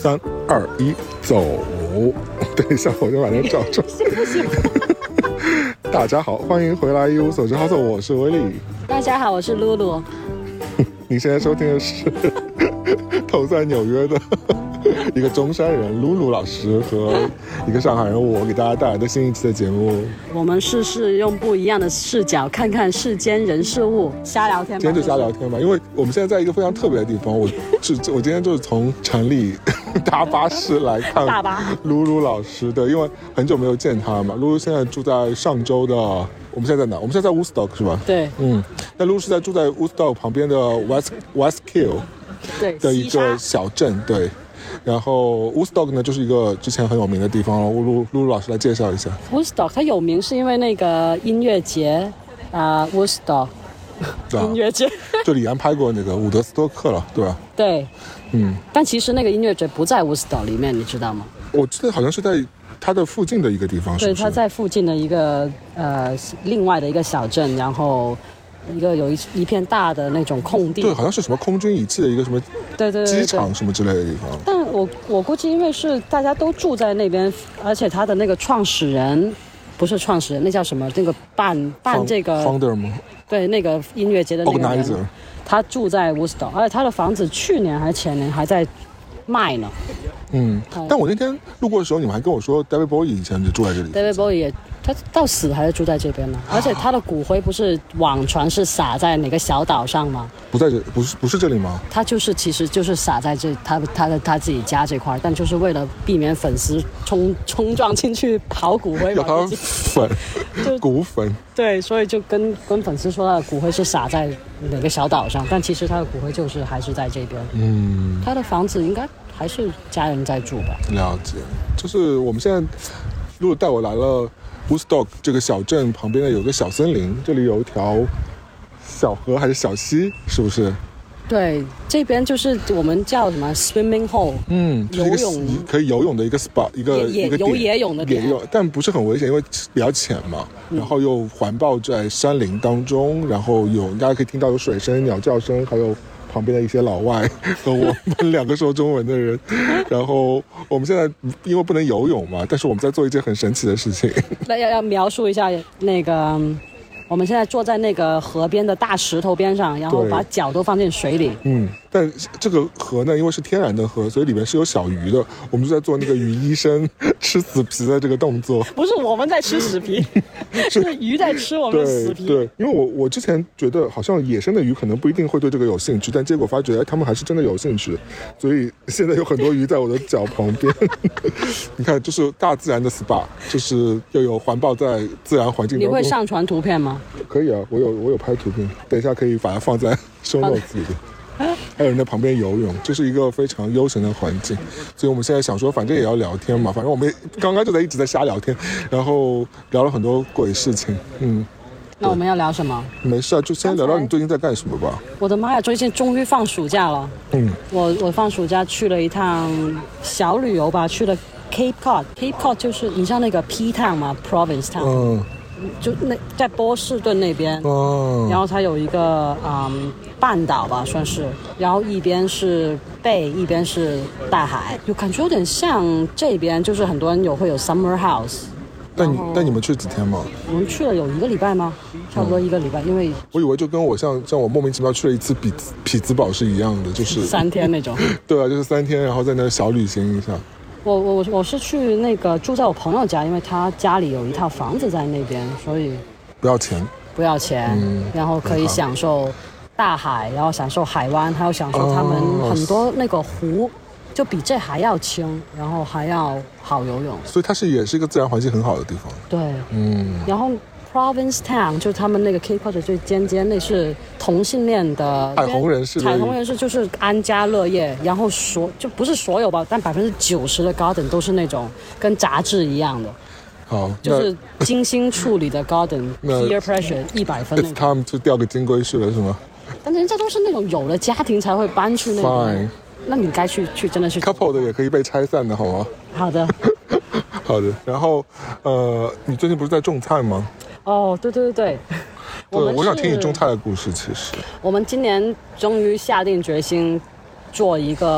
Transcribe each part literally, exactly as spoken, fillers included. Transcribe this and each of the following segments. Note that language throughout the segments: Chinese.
三二一，走！等一下，我就把它找出来。大家好，欢迎回来一无所知 House， 我是威利。 大家好，我是露露。 你现在收听的是头在纽约的一个中山人露露老师和一个上海人我给大家带来的新一期的节目。 我们试试用不一样的视角看看世间人事物，瞎聊天吧。 今天就瞎聊天吧，因为我们现在在一个非常特别的地方。我是我今天就是从城里搭巴士来看大巴露露老师的，因为很久没有见他嘛。露露现在住在上周的，我们现在在哪？我们现在在 Woodstock 是吧？ 对， 嗯，那露露是在住在 Woodstock 旁边的 West Westkill 对的一个小镇，对。然后 Woodstock 呢，就是一个之前很有名的地方了。露露露露老师来介绍一下。 Woodstock 它有名是因为那个音乐节啊、呃、，Woodstock 音乐节， 就李安拍过那个伍德斯托克了，对吧？ 对， 嗯。 但其实那个音乐节不在 Woodstock 里面，你知道吗？ 我记得好像是在它的附近的一个地方，是不是？ 对，它在附近的一个呃另外的一个小镇，然后一个有一一片大的那种空地。 对，好像是什么空军遗弃的一个什么对对机场什么之类的地方。 但我我估计因为是大家都住在那边，而且他的那个创始人不是创始人，那叫什么？那个办办这个 founder 吗？ 对，那个音乐节的那个人 organizer， 他住在 Woodstock， 而且他的房子去年还前年还在卖呢。 嗯，但我那天路过的时候，你们还跟我说 David Bowie 以前就住在这里。 David Bowie 也他到死还是住在这边呢，而且他的骨灰不是网传是撒在哪个小岛上吗？ 不在这，不是不是这里吗？ 他就是其实就是撒在这他他的他自己家这块，但就是为了避免粉丝冲冲撞进去刨骨灰嘛， 有他粉就骨粉。 对，所以就跟跟粉丝说他的骨灰是撒在哪个小岛上，但其实他的骨灰就是还是在这边。 嗯， 他的房子应该还是家人在住吧？ 了解，就是我们现在如果带我来了 Woodstock 这个小镇旁边的有个小森林，这里有一条小河还是小溪，是不是？ 对，这边就是我们叫什么 swimming hole， 嗯，就是一个游泳可以游泳的一个 spot， 一个野一个游野泳的点， 野泳，但不是很危险，因为比较浅嘛。 嗯、 然后又环抱在山林当中，然后有大家可以听到有水声、鸟叫声，还有旁边的一些老外和我们两个说中文的人。然后我们现在因为不能游泳嘛，但是我们在做一件很神奇的事情。 那要要描述一下那个。我们现在坐在那个河边的大石头边上，然后把脚都放进水里。嗯， 但这个河呢，因为是天然的河，所以里面是有小鱼的。我们就在做那个鱼医生吃死皮的这个动作。 不是我们在吃死皮，是鱼在吃我们的死皮。 对，对，因为我我之前觉得好像野生的鱼可能不一定会对这个有兴趣，但结果发觉哎，他们还是真的有兴趣。所以现在有很多鱼在我的脚旁边。你看，就是大自然的 S P A， 就是又有环抱在自然环境当中。 你会上传图片吗？ 可以啊，我有我有拍图片，等一下可以把它放在 show notes 里面。还有人在旁边游泳，这是一个非常悠闲的环境。所以我们现在想说，反正也要聊天嘛，反正我们刚刚就在一直在瞎聊天，然后聊了很多鬼事情。嗯， 那我们要聊什么？ 没事啊，就先聊聊你最近在干什么吧。 我的妈呀，最近终于放暑假了。 嗯，我我放暑假去了一趟小旅游吧，去了 Cape Cod。Cape Cod 就是你像那个 P Town 嘛 ，Province Town。嗯。就那在波士顿那边，哦，然后它有一个嗯半岛吧，算是，然后一边是贝，一边是大海，就感觉有点像这边，就是很多人有会有 summer house。 但你但你们去几天吗？ 我们去了有一个礼拜吗？差不多一个礼拜，嗯、因为我以为就跟我像像我莫名其妙去了一次匹匹兹堡是一样的，就是三天那种。 对啊，就是三天，然后在那小旅行一下。 我我我是去那个住在我朋友家，因为他家里有一套房子在那边，所以不要钱， 不要钱，嗯、然后可以享受大海，然后享受海湾，还有享受他们很多那个湖，哦、就比这还要清，然后还要好游泳。 所以它是也是一个自然环境很好的地方。 对，嗯，然后。Province Town 就是他们那个 Cape Cod 最尖尖，那是同性恋的彩虹人士， 彩虹人士就是安家乐业，然后所就不是所有吧，但百分之九十的 garden 都是那种跟杂志一样的， 好， 就是精心处理的 garden，peer pressure 一百分。 It's time to 钓个金龟婿了是吗？ 但人家都是那种有了家庭才会搬去那种。Fine， 那你该去去真的是 couple 的也可以被拆散的好吗？ 好的， 好的。然后呃，你最近不是在种菜吗？ 哦，对对对对， 对，我想听你种菜的故事。其实我们今年终于下定决心做一个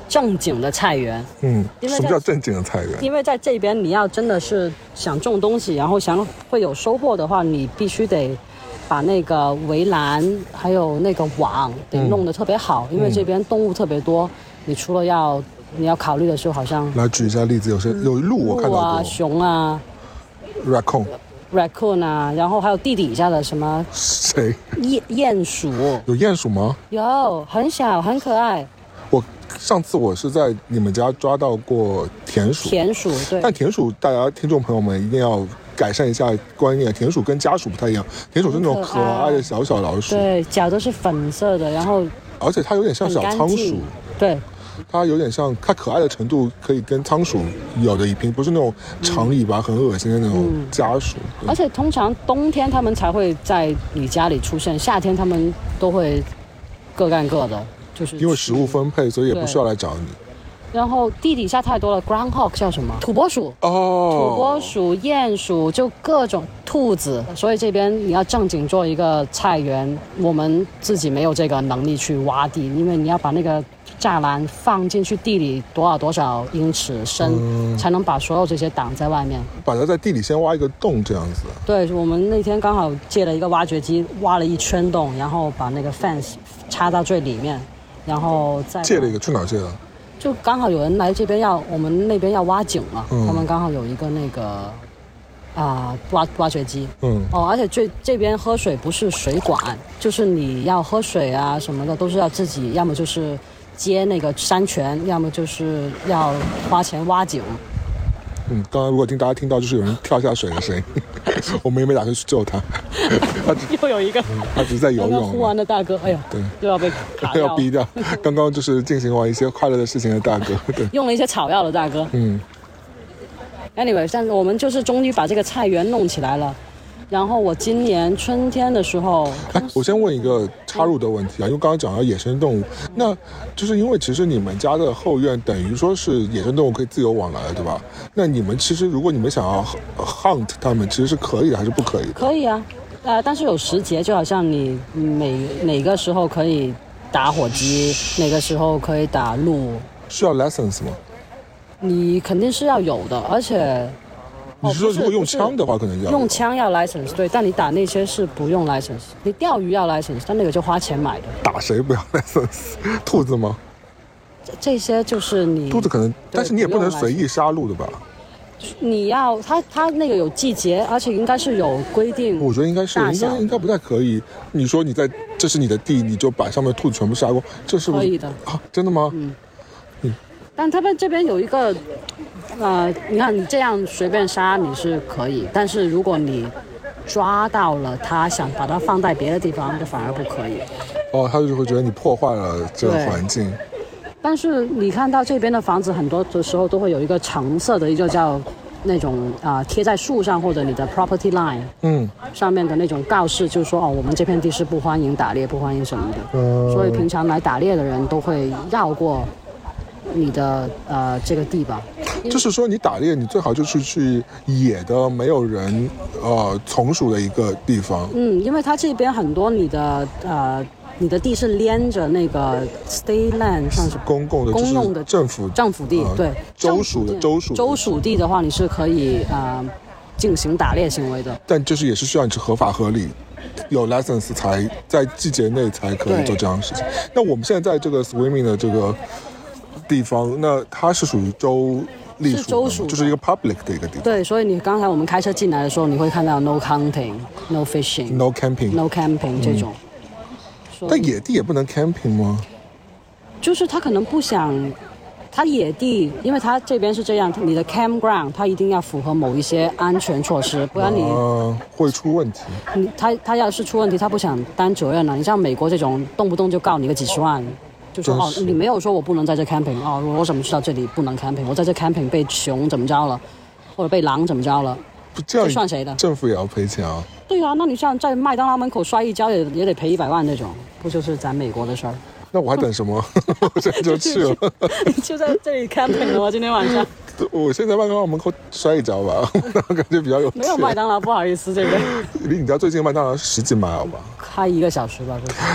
正经的菜园。 嗯，什么叫正经的菜园？ 因为在这边你要真的是想种东西，然后想会有收获的话，你必须得把那个围栏还有那个网得弄得特别好，嗯、因为这边动物特别多，你除了要你要考虑的是，好像来举一下例子，有些有鹿我看到过， 鹿啊、熊啊 ，raccoon。 raccoon 啊，然后还有地底下的什么谁鼹鼹鼠？ 有鼹鼠吗？ 有，很小很可爱。 我上次我是在你们家抓到过田鼠。 田鼠对， 但田鼠大家听众朋友们一定要改善一下观念，田鼠跟家鼠不太一样，田鼠是那种可爱的小小老鼠， 对，脚都是粉色的，然后而且它有点像小仓鼠， 对。 它有点像，它可爱的程度可以跟仓鼠有的一拼，不是那种长尾巴很恶心的那种家鼠。 嗯、而且通常冬天它们才会在你家里出现，夏天它们都会各干各的，就是因为食物分配，所以也不需要来找你。 然后地底下太多了 ，groundhog 叫什么？土拨鼠哦， 土拨鼠、鼹鼠，就各种兔子。所以这边你要正经做一个菜园，我们自己没有这个能力去挖地，因为你要把那个栅栏放进去地里多少多少英尺深、嗯，才能把所有这些挡在外面。 把它在地里先挖一个洞，这样子。 对，我们那天刚好借了一个挖掘机，挖了一圈洞，然后把那个 fence 插到最里面，然后再借了一个，去哪儿借的？ 就刚好有人来这边要，我们那边要挖井嘛，嗯、他们刚好有一个那个啊、呃、挖挖掘机，嗯，哦，而且这这边喝水不是水管，就是你要喝水啊什么的都是要自己，要么就是接那个山泉，要么就是要花钱挖井。 嗯，刚刚如果听大家听到就是有人跳下水的声音，我们也没打算去救他。他又有一个， 嗯、他只是在游泳。 刚刚呼完的大哥，哎呀， 对， 又要被卡掉， 要逼掉。刚刚就是进行完一些快乐的事情的大哥，对， 用了一些草药的大哥。嗯。Anyway， 但是我们就是终于把这个菜园弄起来了。然后我今年春天的时候， 哎，我先问一个插入的问题啊，因为刚刚讲到野生动物，那就是因为其实你们家的后院等于说是野生动物可以自由往来的，对吧？那你们其实如果你们想要 hunt 它们，其实是可以的还是不可以的？ 可以啊，呃，但是有时节，就好像你每哪个时候可以打火鸡，哪个时候可以打鹿， 需要 license 吗？ 你肯定是要有的，而且。 你是说如果用枪的话可能要用枪要 license， 对，但你打那些是不用 license， 你钓鱼要 license， 但那个就花钱买的。 打谁不要 license？ 兔子吗？ 这, 这些就是你兔子可能，但是你也不能随意杀戮的吧？ 你要它它那个有季节，而且应该是有规定。 我觉得应该是应该应该不太可以。你说你在这是你的地，你就把上面兔子全部杀光，这是不是可以的啊？真的吗？ 嗯嗯。但他们这边有一个。呃，你看你这样随便杀你是可以，但是如果你抓到了他，想把它放在别的地方，就反而不可以。 哦，他就会觉得你破坏了这个环境。 但是你看到这边的房子，很多的时候都会有一个橙色的一个叫那种啊、呃、贴在树上或者你的 property line， 嗯，上面的那种告示，就是说哦，我们这片地是不欢迎打猎，不欢迎什么的。嗯，所以平常来打猎的人都会绕过你的呃这个地吧。 就是说你打猎你最好就是去野的没有人呃从属的一个地方。 嗯，因为它这边很多你的呃你的地是连着那个 state land， 算是公共的公用的政府政府地、呃、对州属的州属州属地的话你是可以呃进行打猎行为的， 但就是也是需要你是合法合理有 license 才在季节内才可以做这样的事情。那我们现在在这个 swimming 的这个地方，那它是属于州隶属的，是州属的，就是一个 public 的一个地方。 对，所以你刚才我们开车进来的时候，你会看到 no hunting、no fishing、no camping、no camping 这种。 嗯、但野地也不能 camping 吗？ 就是他可能不想，他野地，因为他这边是这样，你的 campground 他一定要符合某一些安全措施，不然你、 呃、会出问题。 你他他要是出问题，他不想担责任了。你像美国这种，动不动就告你个几十万。就说哦，你没有说我不能在这 camping 哦，我怎么知道这里不能 camping？ 我在这 camping 被熊怎么着了，或者被狼怎么着了， 这样这算谁的？ 政府也要赔钱啊？ 对啊，那你像在麦当劳门口摔一跤也也得赔一百万那种，不就是咱美国的事儿？ 那我还等什么？我现在就去了。 你就在这里 camping 了吗？今天晚上？ 我现在麦当劳门口摔一跤吧，感觉比较有趣。 没有麦当劳，不好意思，这个离你家最近麦当劳十几迈好吧？ 开一个小时吧，就是。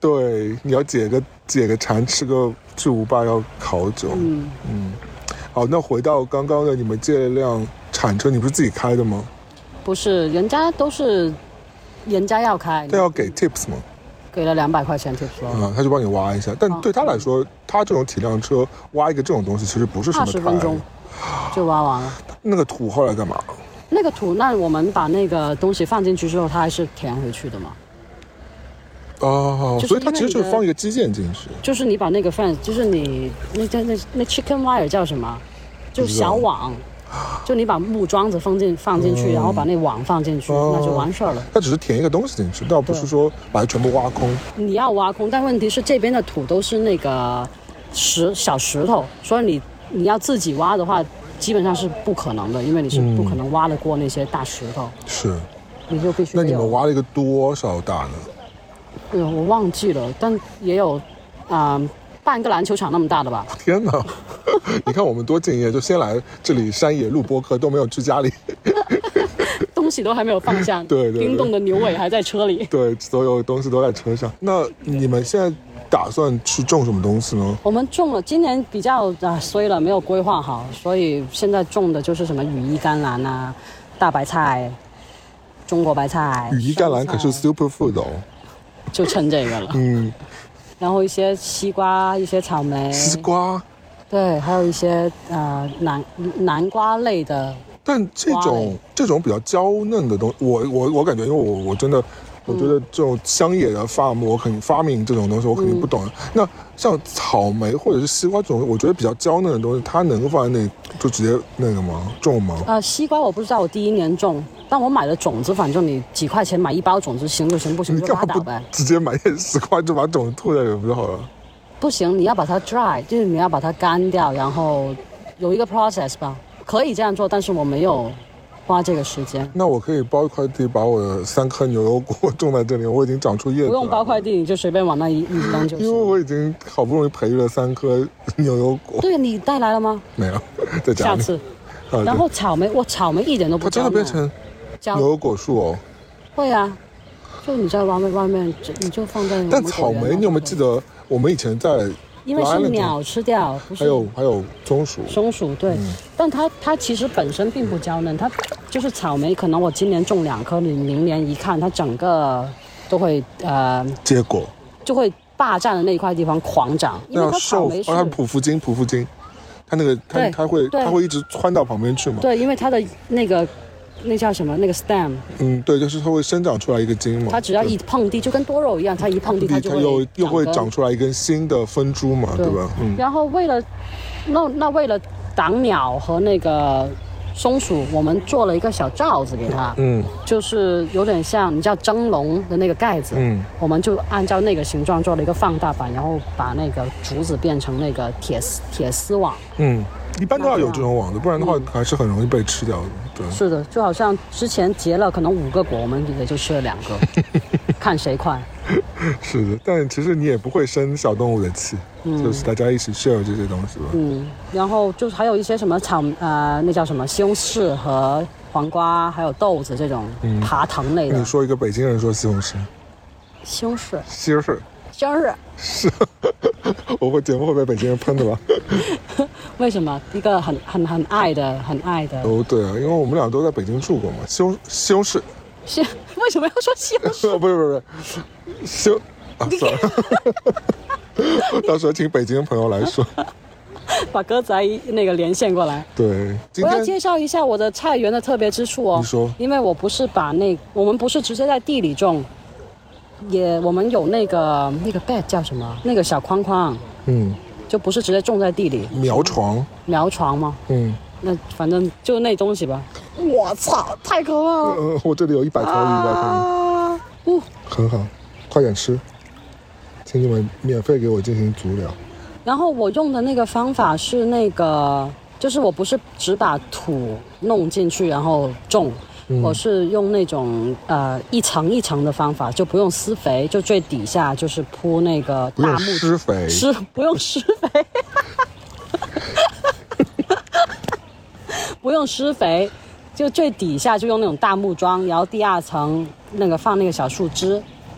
对，你要解个解个馋，吃个巨无霸要烤酒。嗯嗯。好，那回到刚刚的，你们借了辆铲车，你不是自己开的吗？ 不是，人家都是人家要开， 他要给 tips 吗？ 给了两百块钱 tips 了。 嗯，他就帮你挖一下，但对他来说，他这种体量车挖一个这种东西，其实不是什么。 二十分钟就挖完了。 那个土后来干嘛？ 那个土，那我们把那个东西放进去之后，它还是填回去的嘛。 哦，所以它其实就是放一个基建进去。 就是你把那个饭，就是你那叫那那 chicken wire 叫什么？就小网。就你把木桩子放进放进去、嗯，然后把那网放进去、哦，那就完事儿了。 它只是填一个东西进去，倒不是说把它全部挖空。 你要挖空，但问题是这边的土都是那个石小石头，所以你你要自己挖的话，基本上是不可能的，因为你是不可能挖得过那些大石头。是、嗯，你就必须。 那你们挖了一个多少大呢？ 哎呦，我忘记了，但也有啊。呃半个篮球场那么大的吧？ 天哪！你看我们多敬业，就先来这里山野录播客，都没有去家里， 东西都还没有放下。 对 对, 对， 冰冻的牛尾还在车里。 对，所有东西都在车上。那你们现在打算去种什么东西呢？ 我们种了，今年比较啊衰了，没有规划好，所以现在种的就是什么羽衣甘蓝啊、大白菜、中国白菜。 羽衣甘蓝可是 super food 哦， 就趁这个了。嗯。然后一些西瓜，一些草莓， 西瓜， 对，还有一些呃南南瓜类的。 但这种这种比较娇嫩的东西，我我我感觉，因为我我真的，我觉得这种乡野的发我肯定发明这种东西，我肯定不懂、嗯。那像草莓或者是西瓜这种，我觉得比较娇嫩的东西，它能放在那就直接那个吗？种吗？ 呃，西瓜我不知道，我第一年种。但我买的种子，反正你几块钱买一包种子，行就行，不行就拉倒呗。 直接买点西瓜就把种子吐在里面不就好了？ 不行，你要把它 dry， 就是你要把它干掉，然后有一个 process 吧。可以这样做，但是我没有花这个时间。 那我可以包一块地，把我的三颗牛油果种在这里，我已经长出叶子了。 不用包块地，你就随便往那一一扔就行。 因为我已经好不容易培育了三颗牛油果。 对，你带来了吗？ 没有，在家里。 下次。然后草莓，我草莓一点都不糟。它真的变成牛油果树哦。 会啊，就你在外面外面，你就放在。 但草莓，你有没有记得我们以前在？ 因为是鸟吃掉，不是。 还有还有松鼠。 松鼠对，嗯、但它它其实本身并不娇嫩，它就是草莓。可能我今年种两颗，你明年一看，它整个都会呃结果就会霸占的那一块地方狂长，因为它草莓是。 它匍匐茎，匍匐茎，它那个它它会它会一直窜到旁边去嘛？ 对，因为它的那个。那叫什么？那个 stem， 嗯，对，就是它会生长出来一个茎嘛。 它只要一碰地，就跟多肉一样，它一碰地，它就会它又又会长出来一根新的分株嘛， 对, 对吧？ 嗯。然后为了那那为了挡鸟和那个松鼠，我们做了一个小罩子给它，嗯，就是有点像你叫蒸笼的那个盖子，嗯，我们就按照那个形状做了一个放大版，然后把那个竹子变成那个铁丝铁丝网，嗯。 一般都要有这种网的，不然的话还是很容易被吃掉的。对， 是的，就好像之前结了可能五个果，我们也就吃了两个，看谁快。 是的，但其实你也不会生小动物的气，嗯、就是大家一起 share 这些东西吧。 嗯，然后就是还有一些什么草呃，那叫什么西红柿和黄瓜，还有豆子这种爬藤类的。 你说一个北京人说西红柿， 西红柿， 西红柿。 西红柿是，我会节目会被北京人喷的吧？ 为什么？一个很很很爱的，很爱的。 哦，对啊，因为我们俩都在北京住过嘛。西红西红柿， 西为什么要说西红柿？ 不是不是不是，西啊算了，到时候请北京朋友来说， 把鸽子一那个连线过来。 对， 我要介绍一下我的菜园的特别之处哦。 你说， 因为我不是把那我们不是直接在地里种。也，我们有那个那个 bed 叫什么？那个小框框，嗯，就不是直接种在地里。 苗床， 苗床吗？嗯，那反正就那东西吧。我操，太可怕了！ 呃，我这里有一百条鱼吧，可以。哦，很好，快点吃，请你们免费给我进行足疗。 然后我用的那个方法是那个，就是我不是只把土弄进去然后种。我是用那种呃一层一层的方法，就不用施肥，就最底下就是铺那个大木施肥， 施不用施肥，不用施肥，就最底下就用那种大木桩，然后第二层那个放那个小树枝，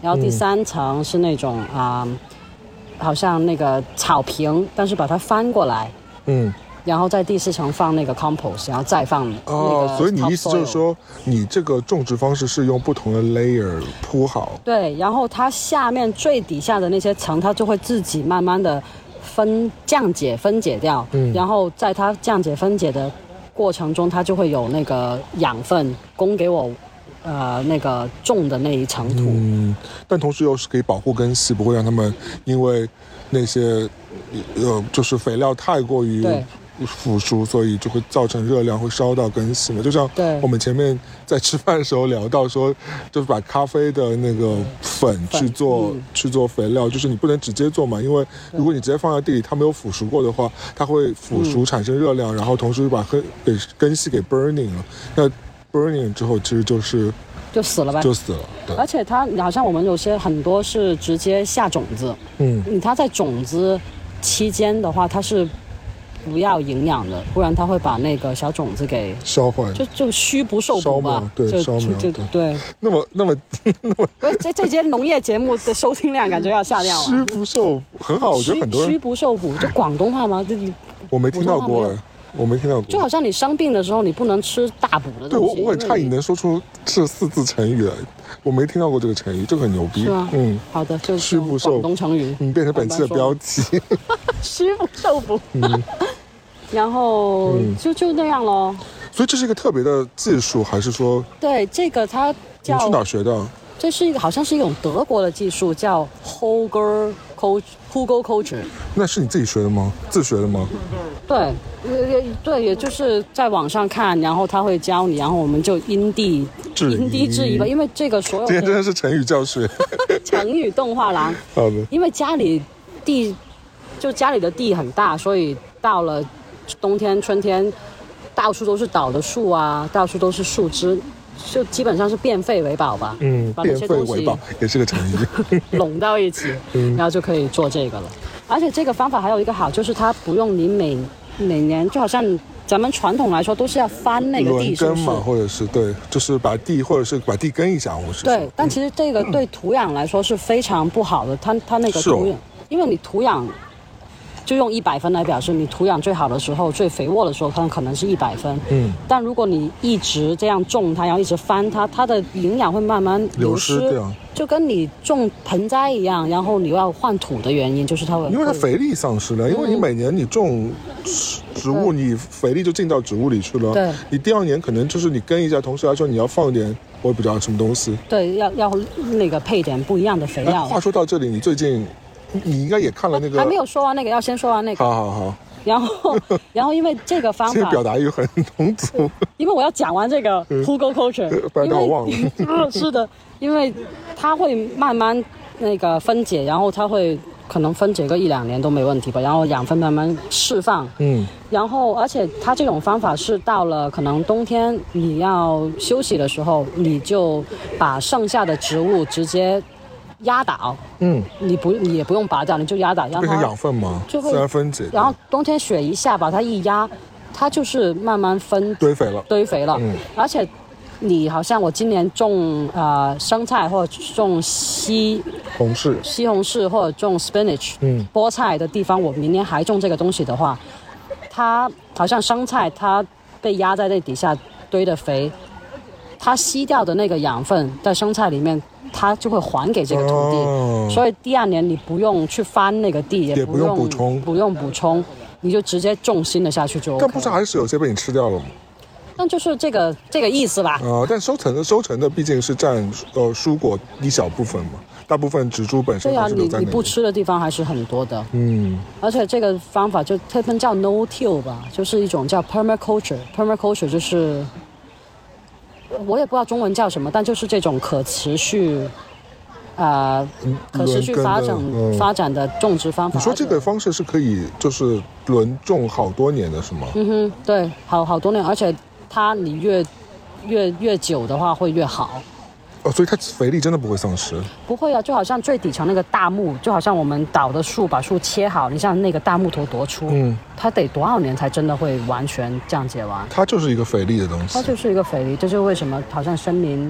然后第三层是那种啊、嗯，好像那个草坪，但是把它翻过来， 嗯， 然后在第四层放那个 compost， 然后再放那个 topsoil。 哦，所以你意思就是说，你这个种植方式是用不同的 layer 铺好？ 对，然后它下面最底下的那些层，它就会自己慢慢的分降解分解掉，嗯，然后在它降解分解的过程中，它就会有那个养分供给我。呃，那个种的那一层土， 嗯，但同时又是可以保护根系，不会让他们因为那些呃，就是肥料太过于腐熟，所以就会造成热量，会烧到根系嘛。就像我们前面在吃饭的时候聊到说，就是把咖啡的那个粉去做、嗯、去做肥料，就是你不能直接做嘛，因为如果你直接放在地里，它没有腐熟过的话，它会腐熟产生热量，嗯、然后同时把根给根系给 burning 了。那burning 之后其实就是就死了呗， 就死了。对， 而且它好像我们有些很多是直接下种子，嗯，它在种子期间的话，它是不要营养的，不然它会把那个小种子给烧坏， 就就虚不受补吧， 对， 就烧苗， 就对。 那么那么那么， 这这节农业节目的收听量感觉要下降了。 虚不受很好，我觉得很多人虚不受补，就广东话吗？ 我没听到过哎。我没听到过， 就好像你生病的时候，你不能吃大补的东西。 对，我我也差点能说出这四字成语来，我没听到过这个成语，这个很牛逼。 是吗？ 嗯， 好的，就是虚不受广东成语， 嗯，变成本期的标题。 虚不受补。嗯，然后、嗯、就就那样咯。 所以这是一个特别的技术，还是说？ 对，这个它叫。 你去哪学的？ 这是一个好像是一种德国的技术，叫 Hugo Hugo Culture。 那是你自己学的吗？自学的吗？ 对，对，也就是在网上看，然后他会教你，然后我们就因地因地制宜吧。因为这个所有今天真的是成语教学， 成语动画廊。 好的。因为家里地就家里的地很大，所以到了冬天、春天，到处都是倒的树啊，到处都是树枝。就基本上是变废为宝吧， 嗯，变废为宝也是个成语， 拢到一起，嗯，然后就可以做这个了。而且这个方法还有一个好，就是它不用你每每年，就好像咱们传统来说都是要翻那个地， 轮耕嘛，或者是对，就是把地或者是把地耕一下，我是对。但其实这个对土壤来说是非常不好的，它它那个土壤，哦、因为你土壤。就用一百分来表示，你土壤最好的时候、最肥沃的时候，它可能是一百分。嗯。但如果你一直这样种它，然后一直翻它，它的营养会慢慢流失， 流失掉， 就跟你种盆栽一样。然后你要换土的原因，就是它会因为它肥力丧失了，嗯、因为你每年你种植物，你肥力就进到植物里去了。 对。 你第二年可能就是你耕一下，同时来说你要放点我也不知道什么东西。 对，要要那个配点不一样的肥料。 话说到这里，你最近。你应该也看了那个， 还没有说完那个，要先说完那个。 好好好。 然后，然后因为这个方法， 这个表达欲很充足。 因为我要讲完这个 Hugo Culture， 不然我忘了。 是的，因为它会慢慢那个分解，然后它会可能分解个一两年都没问题吧，然后养分慢慢释放。嗯。然后，而且它这种方法是到了可能冬天你要休息的时候，你就把剩下的植物直接。压倒，嗯，你不，你也不用拔掉，你就压倒，让它变成养分吗？ 就会自然分解。 然后冬天雪一下，把它一压，它就是慢慢分堆肥了， 堆肥了。嗯，而且你好像我今年种呃生菜或者种西红柿、 西红柿或者种 spinach， 嗯，菠菜的地方，我明年还种这个东西的话，它好像生菜它被压在那底下堆的肥，它吸掉的那个养分在生菜里面。它就会还给这个土地，哦、所以第二年你不用去翻那个地， 也不用补充， 不用补充，你就直接种新的下去就 OK。 但不是还是有些被你吃掉了吗？ 但就是这个这个意思吧。 啊、呃，但收成的收成的毕竟是占呃蔬果一小部分嘛，大部分植株本身还是留在那里。 对啊，你你不吃的地方还是很多的。嗯，而且这个方法就他们叫 no-till 吧，就是一种叫 permaculture，permaculture 就是。我也不知道中文叫什么，但就是这种可持续，呃，可持续发展、嗯、发展的种植方法。 你说这个方式是可以就是轮种好多年的是吗？ 嗯哼，对，好好多年，而且它你越越越久的话会越好。 哦，所以它肥力真的不会丧失？ 不会啊，就好像最底层那个大木，就好像我们倒的树，把树切好，你像那个大木头多粗，嗯，它得多少年才真的会完全降解完？ 它就是一个肥力的东西。 它就是一个肥力，这就是为什么好像森林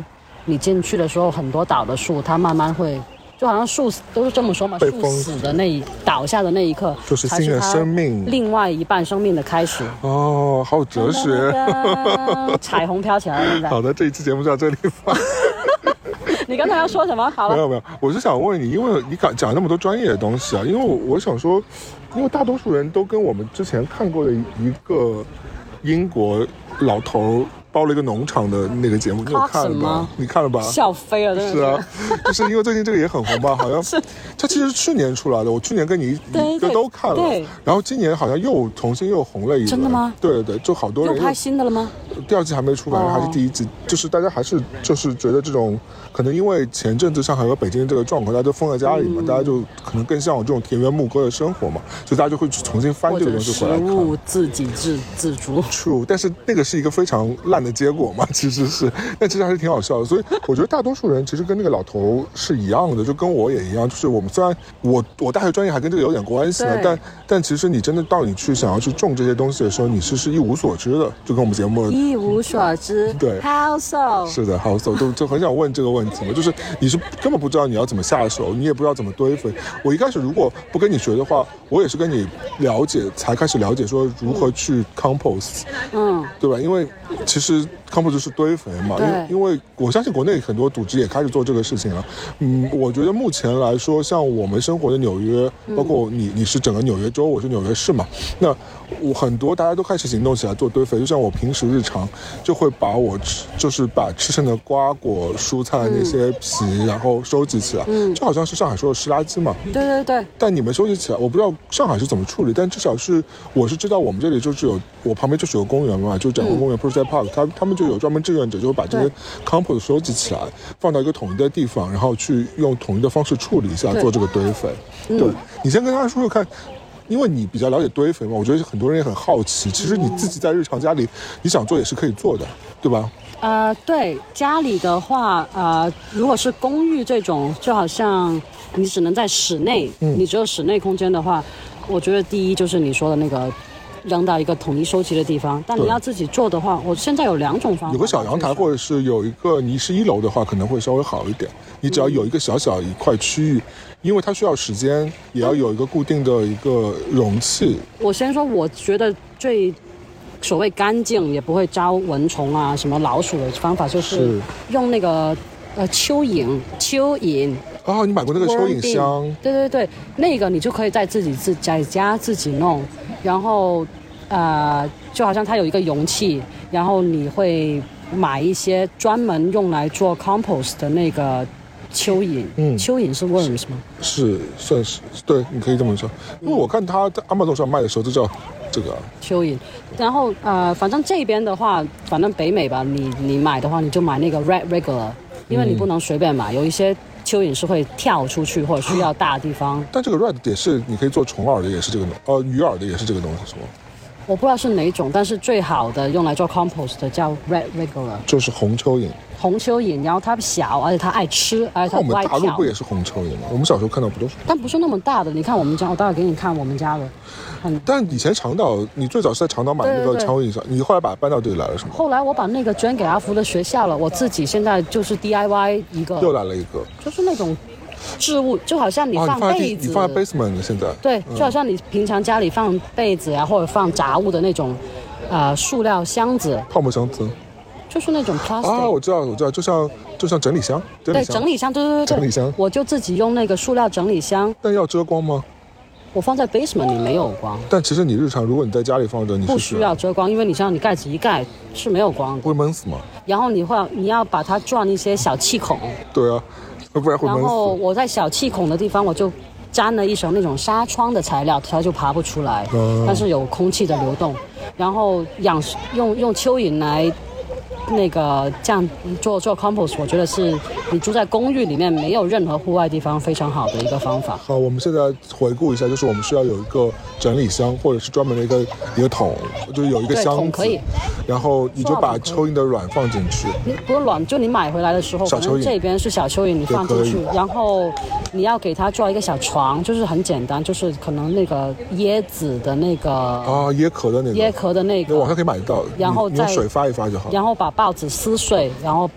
你进去的时候，很多倒的树，它慢慢会。就好像树都是这么说嘛，树死的那一倒下的那一刻， 就是新的生命， 另外一半生命的开始。 哦，好有哲学， 彩虹飘起来了。现在好的，这一期节目就到这里吧。 你刚才要说什么？好了， 没有没有，我是想问你，因为你讲讲那么多专业的东西啊，因为我我想说，因为大多数人都跟我们之前看过的一个英国老头包了一个农场的那个节目，你有看了吧？你看了吧？ 笑飞了，真的是。 是啊，就是因为最近这个也很红吧，好像是。它其实是去年出来的，我去年跟你一个都看了， 对。 然后今年好像又重新又红了一轮。 真的吗？ 对对对，就好多人。 又拍新的了吗？ 第二季还没出来，哦、还是第一季，就是大家还是就是觉得这种可能因为前阵子上海和北京这个状况，大家都封在家里嘛，嗯、大家就可能更向往这种田园牧歌的生活嘛，所以大家就会去重新翻这个东西回来看。 食物自给自自足。 True， 但是那个是一个非常烂的结果嘛，其实是，但其实还是挺好笑的。所以我觉得大多数人其实跟那个老头是一样的，就跟我也一样，就是我们虽然我我大学专业还跟这个有点关系呢，但但其实你真的到你去想要去种这些东西的时候，你是是一无所知的，就跟我们节目一无所知。 对 ，How so？ 是的 ，How so？ 就就很想问这个问题嘛，就是你是根本不知道你要怎么下手，你也不知道怎么堆肥。我一开始如果不跟你学的话，我也是跟你了解才开始了解说如何去 compost， 嗯，对吧？因为其实 compost 是堆肥嘛，因为因为我相信国内很多组织也开始做这个事情了。嗯，我觉得目前来说，像我们生活的纽约，包括你你是整个纽约州，我是纽约市嘛，那我很多大家都开始行动起来做堆肥。就像我平时日常就会把我吃就是把吃剩的瓜果蔬菜那些皮、嗯、然后收集起来，嗯，就好像是上海说的湿垃圾嘛。 对对对。 但你们收集起来，我不知道上海是怎么处理，但至少是我是知道我们这里就是有，我旁边就是有公园嘛，就整个公园 Prospect Park， 他他们就有专门志愿者，就会把这些 compost 收集起来，放到一个统一的地方，然后去用统一的方式处理一下，做这个堆肥。对，对、嗯、你先跟大家说说看。因为你比较了解堆肥嘛，我觉得很多人也很好奇。其实你自己在日常家里，你想做也是可以做的，对吧？ 呃，对，家里的话，呃，如果是公寓这种，就好像你只能在室内，嗯、你只有室内空间的话，我觉得第一就是你说的那个扔到一个统一收集的地方。但你要自己做的话，我现在有两种方法， 有个小阳台，或者是有一个你是一楼的话，可能会稍微好一点。你只要有一个小小一块区域。因为它需要时间，也要有一个固定的一个容器。 我先说，我觉得最所谓干净，也不会招蚊虫啊、什么老鼠的方法，就是用那个呃蚯蚓，蚯蚓。 哦，你买过那个蚯蚓箱？ 对对对，那个你就可以在自己自在家自己弄，然后呃，就好像它有一个容器，然后你会买一些专门用来做 compost 的那个。蚯蚓，嗯，蚯蚓是 worms 吗？ 是，算是，对，你可以这么说。因为我看他在 Amazon 上卖的时候，就叫这个蚯蚓。然后呃，反正这边的话，反正北美吧，你你买的话，你就买那个 red regular， 因为你不能随便买，有一些蚯蚓是会跳出去或者需要大地方。 但这个 red 也是你可以做虫饵的，也是这个呃鱼饵的，也是这个东西，是吗？ 我不知道是哪种，但是最好的用来做 compost 的叫 red regular， 就是红蚯蚓。 红蚯蚓，然后它小，而且它爱吃，而且它不爱跳。 我们大陆不也是红蚯蚓吗？我们小时候看到不都是？ 但不是那么大的。你看我们家，我待会给你看我们家的。 嗯。但以前长岛，你最早是在长岛买那个蚯蚓上，你后来把它搬到这里来了是吗？ 后来我把那个捐给阿福的学校了，我自己现在就是 D I Y 一个。 又来了一个。 就是那种置物，就好像你放被子， 哦、你放在 basement 现在。 对，就好像你平常家里放被子呀、啊，或者放杂物的那种，呃，塑料箱子。 泡沫箱子。 就是那种 plastic 啊，我知道，我知道，就像就像整理箱，整理箱对，整理箱，对对对， 整理箱， 我就自己用那个塑料整理箱。 但要遮光吗？ 我放在 basement 里没有光。 但其实你日常如果你在家里放着，你是不需要遮光，因为你像你盖子一盖是没有光的， 会闷死吗？ 然后你会你要把它钻一些小气孔。 对啊，不然会闷死。 然后我在小气孔的地方我就粘了一层那种纱窗的材料，它就爬不出来，嗯、但是有空气的流动。然后养用用蚯蚓来。那个这样做做 compost， 我觉得是你住在公寓里面没有任何户外地方非常好的一个方法。 好，我们现在回顾一下，就是我们需要有一个整理箱，或者是专门的一个一个桶，就是有一个箱子， 可以。 然后你就把蚯蚓的卵放进去。 你不是卵，就你买回来的时候， 小蚯蚓这边是小蚯蚓，你放进去，然后你要给它做一个小床，就是很简单，就是可能那个椰子的那个啊，椰壳的那个， 椰壳的那个， 网上可以买到， 然后再用水发一发就好， 然后把报纸撕碎，然后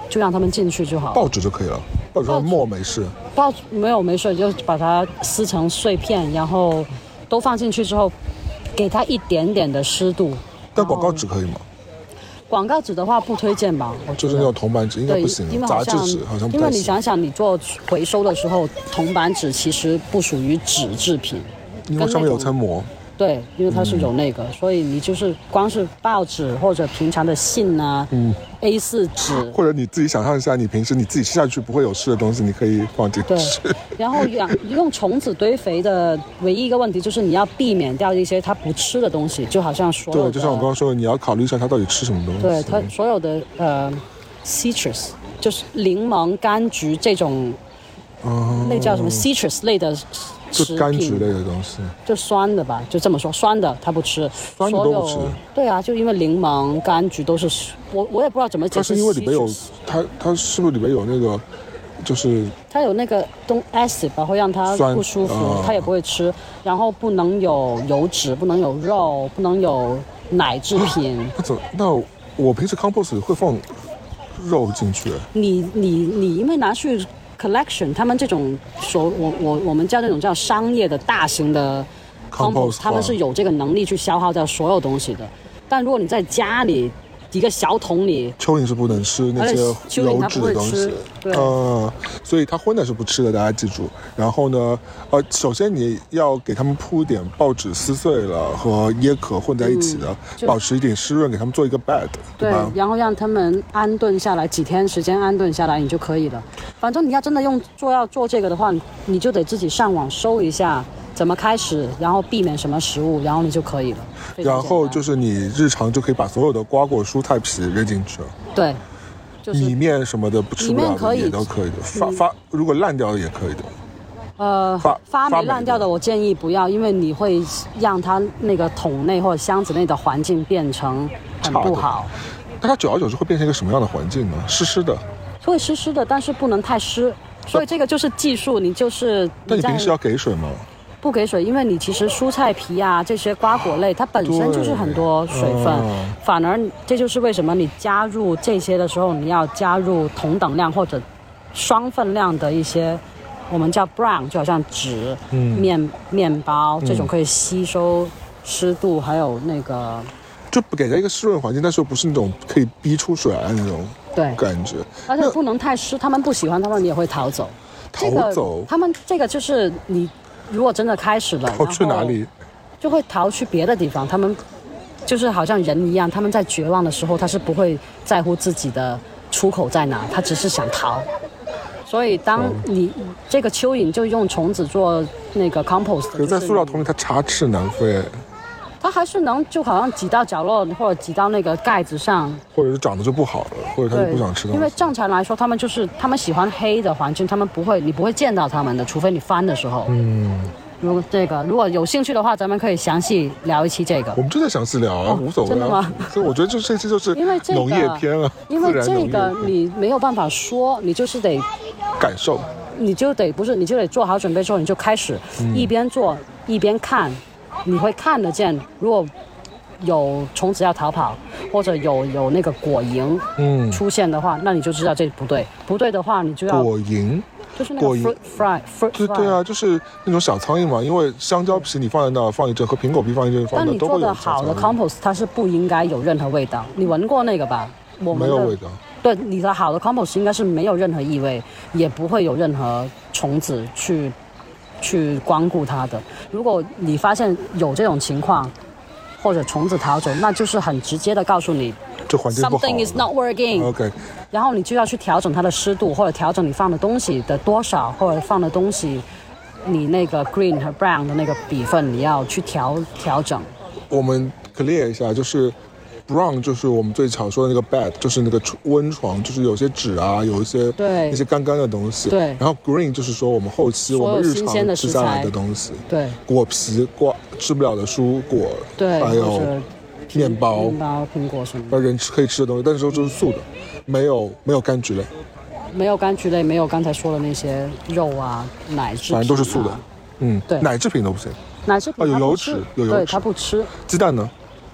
就让他们进去就好。 报纸就可以了，报纸上墨没事。 报纸没有没事，就把它撕成碎片，然后都放进去之后，给它一点点的湿度。 但广告纸可以吗？ 广告纸的话不推荐吧，我觉得就是那种铜板纸应该不行， 因为好像杂志纸好像不太行。 因为你想想，你做回收的时候，铜板纸其实不属于纸制品， 因为上面有层膜。 对，因为它是有那个、嗯，所以你就是光是报纸或者平常的信啊，嗯 ，A 四 纸， 或者你自己想象一下，你平时你自己吃下去不会有事的东西，你可以放进去。 对，然后养用虫子堆肥的唯一一个问题就是你要避免掉一些它不吃的东西，就好像所有的， 对，就像我刚刚说的，你要考虑一下它到底吃什么东西。 对，它所有的呃 citrus 就是柠檬、柑橘这种，哦，那叫什么 citrus 类的。 就柑橘类的东西， 就酸的吧，就这么说，酸的他不吃， 酸的都不吃。 对啊，就因为柠檬、柑橘都是，我我也不知道怎么解释。 它是因为里面有，它它是不是里面有那个，就是它有那个东 acid 吧，会让它不舒服，呃、它也不会吃。然后不能有油脂，不能有肉，不能有奶制品。 不怎那我平时 compost 会放肉进去。 你你你因为拿去。collection， 他们这种所我我我们叫那种叫商业的大型的 compost， 他们是有这个能力去消耗掉所有东西的。但如果你在家里一个小桶里， 蚯蚓是不能吃那些油脂的东西， 对， 呃，所以它荤的是不吃的，大家记住。然后呢，呃，首先你要给他们铺一点报纸撕碎了和椰壳混在一起的，嗯、保持一点湿润，给他们做一个 bed， 对吧？然后让他们安顿下来，几天时间安顿下来，你就可以了。反正你要真的用做要做这个的话，你就得自己上网搜一下。怎么开始，然后避免什么食物，然后你就可以了。 然后就是你日常就可以把所有的瓜果蔬菜皮扔进去了。 对，就是、 米面什么的不吃不了的也都可以的。发发如果烂掉的也可以的。 呃，发发霉烂掉的我建议不要，因为你会让它那个桶内或者箱子内的环境变成很不好。 那它久而久之会变成一个什么样的环境呢？湿湿的。 会湿湿的，但是不能太湿。所以这个就是技术，你就是那你平时要给水吗？ 不给水，因为你其实蔬菜皮啊这些瓜果类它本身就是很多水分、嗯、反而这就是为什么你加入这些的时候你要加入同等量或者双分量的一些我们叫 brown 就好像纸、嗯、面面包这种可以吸收湿度、嗯、还有那个就给它一个湿润环境，但是又不是那种可以逼出水来那种感觉， 而且不能太湿，他们不喜欢，他们也会逃走逃走、 这个、他们这个就是你如果真的开始了， 逃去哪里？ 就会逃去别的地方。他们就是好像人一样，他们在绝望的时候，他是不会在乎自己的出口在哪，他只是想逃。所以当你、嗯、这个蚯蚓就用虫子做那个 compost， 可是在塑料桶里它插翅难飞。 它还是能就好像挤到角落或者挤到那个盖子上， 或者是长得就不好了，或者它就不想吃东西。 因为正常来说，他们就是他们喜欢黑的环境，他们不会你不会见到他们的，除非你翻的时候。嗯，如果这个如果有兴趣的话，咱们可以详细聊一期这个。 我们就在详细聊啊，哦、无所谓、啊。 真的吗？ 所以我觉得就这期就是农业篇啊， 因为这个你没有办法说，你就是得感受， 你就得不是你就得做好准备之后，你就开始、嗯、一边做一边看，你会看得见如果。有虫子要逃跑，或者有有那个果蝇出现的话、嗯，那你就知道这不对。不对的话，你就要果蝇， 就是那个 fruit fly fruit fly。 对对啊，就是那种小苍蝇嘛。因为香蕉皮你放在那放一阵，和苹果皮放一阵放在那都会有小苍蝇。但你做的好的 compost 它是不应该有任何味道。你闻过那个吧？我们没有味道。 对，你的好的 compost 应该是没有任何异味，也不会有任何虫子去去光顾它的。如果你发现有这种情况。或者虫子逃走，那就是很直接的告诉你， 这环境不好 ，something is not working。OK， 然后你就要去调整它的湿度，或者调整你放的东西的多少，或者放的东西，你那个 green 和 brown 的那个比分，你要去调调整。 我们 clear 一下，就是 brown 就是我们最常说的那个 bed， 就是那个温床，就是有些纸啊，有一些对一些干干的东西。 对。 然后 green 就是说我们后期我们日常吃下来的东西。 对。 果皮、瓜吃不了的蔬果， 对， 还有面包、 面包、苹果什么的， 人吃可以吃的东西，但是说就是素的，没有没有柑橘类， 没有柑橘类，没有刚才说的那些肉啊、奶制品、啊， 反正都是素的。嗯， 对， 奶制品都不行。 奶制品、 啊、有油脂，有油脂， 对，它不吃。 鸡蛋呢？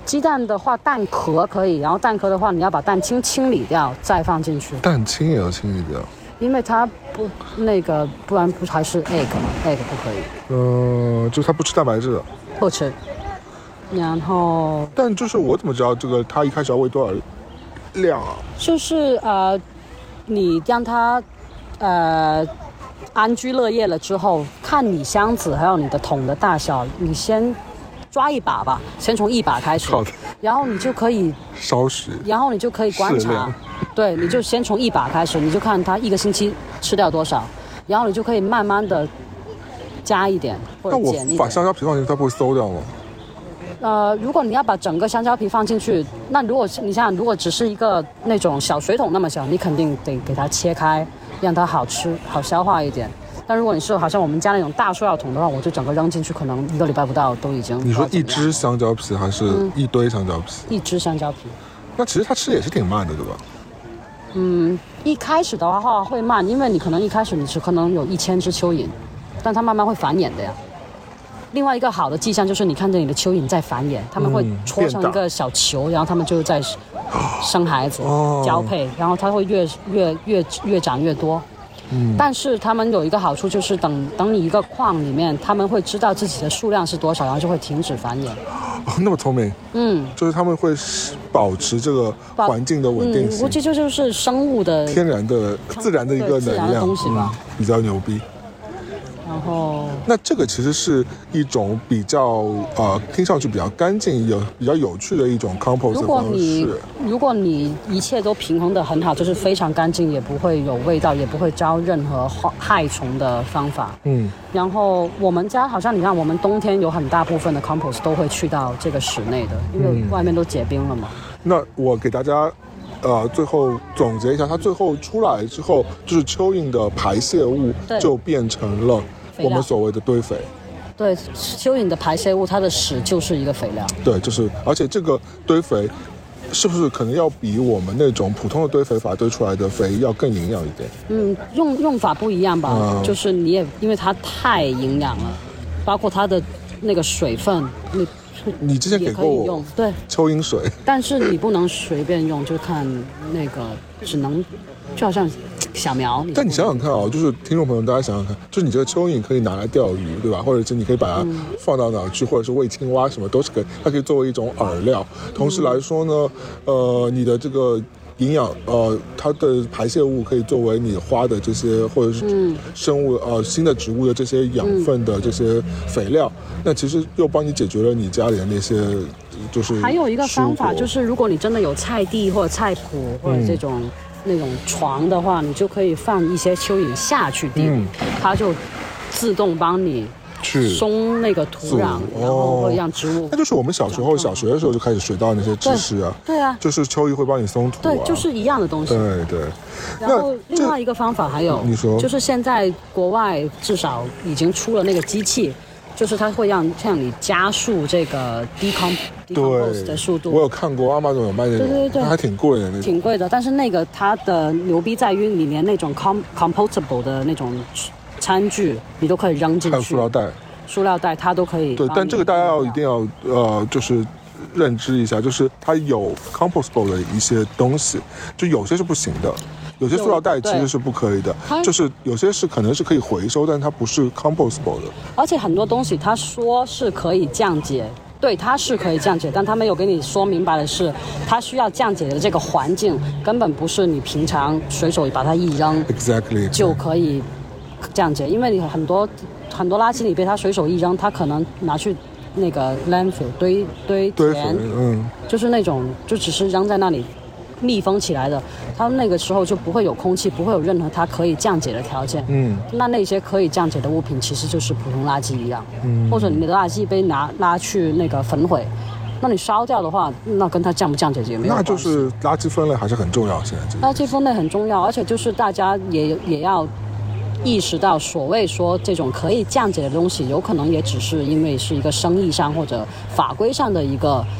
鸡蛋的话，蛋壳可以，然后蛋壳的话，你要把蛋清清理掉，再放进去。 蛋清也要清理掉， 因为它不那个，不然不还是 egg 嘛 ，egg 不可以。 嗯、呃，就是它不吃蛋白质的。 不吃。然后， 但就是我怎么知道这个它一开始要喂多少量啊？ 就是呃，你让它呃安居乐业了之后，看你箱子还有你的桶的大小，你先抓一把吧，先从一把开始。 好的。 然后你就可以稍许， 然后你就可以观察，对，你就先从一把开始，你就看它一个星期吃掉多少，然后你就可以慢慢的加一点或者减一点。 那我把香蕉皮放进去，它不会馊掉吗？ 呃，如果你要把整个香蕉皮放进去，那如果你想想，如果只是一个那种小水桶那么小，你肯定得给它切开，让它好吃好消化一点。但如果你是好像我们家那种大塑料桶的话，我就整个扔进去，可能一个礼拜不到都已经。 你说一只香蕉皮还是一堆香蕉皮？ 嗯、一只香蕉皮。 那其实它吃也是挺慢的，对吧？ 嗯，一开始的话会慢，因为你可能一开始你是可能有一千只蚯蚓，但它慢慢会繁衍的呀。另外一个好的迹象就是你看着你的蚯蚓在繁衍，他们会戳成一个小球，然后他们就在生孩子、哦、交配，然后它会越越越越长越多。嗯，但是他们有一个好处，就是等等你一个框里面，他们会知道自己的数量是多少，然后就会停止繁衍。 哦，那么聪明。嗯，就是他们会保持这个环境的稳定性。 嗯，估计这就是生物的天然的、自然的一个能量的东西吧、嗯，比较牛逼。 然后， 那这个其实是一种比较呃，听上去比较干净、有比较有趣的一种 compost 的方式。如果你如果你一切都平衡的很好，就是非常干净，也不会有味道，也不会招任何害虫的方法。嗯。然后我们家好像你看，我们冬天有很大部分的 compost 都会去到这个室内的，因为外面都结冰了嘛。 嗯、那我给大家。呃，最后总结一下，它最后出来之后，就是蚯蚓的排泄物就变成了我们所谓的堆肥。 对，蚯蚓的排泄物，它的屎就是一个肥料。 对，就是，而且这个堆肥是不是可能要比我们那种普通的堆肥法堆出来的肥要更营养一点？ 嗯，用用法不一样吧，嗯、就是你也因为它太营养了，包括它的那个水分，你。 你之前给过我对蚯蚓水， 但是你不能随便用，就看那个只能就好像小苗。 但你想想看啊、哦，就是听众朋友大家想想看，就是你这个蚯蚓可以拿来钓鱼，对吧？或者是你可以把它放到哪儿去，嗯、或者是喂青蛙，什么都是可以，它可以作为一种饵料。同时来说呢，呃，你的这个。营养呃，它的排泄物可以作为你花的这些或者是生物、嗯、呃新的植物的这些养分的这些肥料，嗯、那其实又帮你解决了你家里的那些就是还有一个方法就是，如果你真的有菜地或者菜圃或者这种、嗯、那种床的话，你就可以放一些蚯蚓下去地里，嗯、它就自动帮你。松那个土壤，然后会让植物、哦。 那就是我们小时候小学的时候就开始学到那些知识啊。 对, 对啊， 就是蚯蚓会帮你松土、啊。 对，就是一样的东西。 对对。 然后另外一个方法还有， 你说， 就是现在国外至少已经出了那个机器，就是它会让让你加速这个 decom decompose 的速度。 我有看过，阿玛总有卖那种，对对对，它还挺贵的那种。 挺贵的，但是那个它的牛逼在于里面那种 com compostable 的那种。餐具你都可以扔进去， 还有塑料袋， 塑料袋它都可以。 对，但这个大家要一定要呃，就是认知一下，就是它有 compostable 的一些东西，就有些是不行的，有些塑料袋其实是不可以的，就是有些是可能是可以回收，但它不是 compostable 的。 而且很多东西它说是可以降解。对，它是可以降解，但它没有给你说明白的是，它需要降解的这个环境根本不是你平常随手把它一扔 ，exactly 就可以降解，因为你很多很多垃圾你被它随手一扔，它可能拿去那个 landfill 堆堆填，嗯，就是那种就只是扔在那里密封起来的，它那个时候就不会有空气，不会有任何它可以降解的条件。嗯，那那些可以降解的物品其实就是普通垃圾一样，嗯，或者你的垃圾被拿拉去那个焚毁，那你烧掉的话，那跟它降不降解也没有关系。 那就是垃圾分类还是很重要，现在这个垃圾分类很重要，而且就是大家也也要意识到，所谓说这种可以降解的东西，有可能也只是因为是一个生意上或者法规上的一个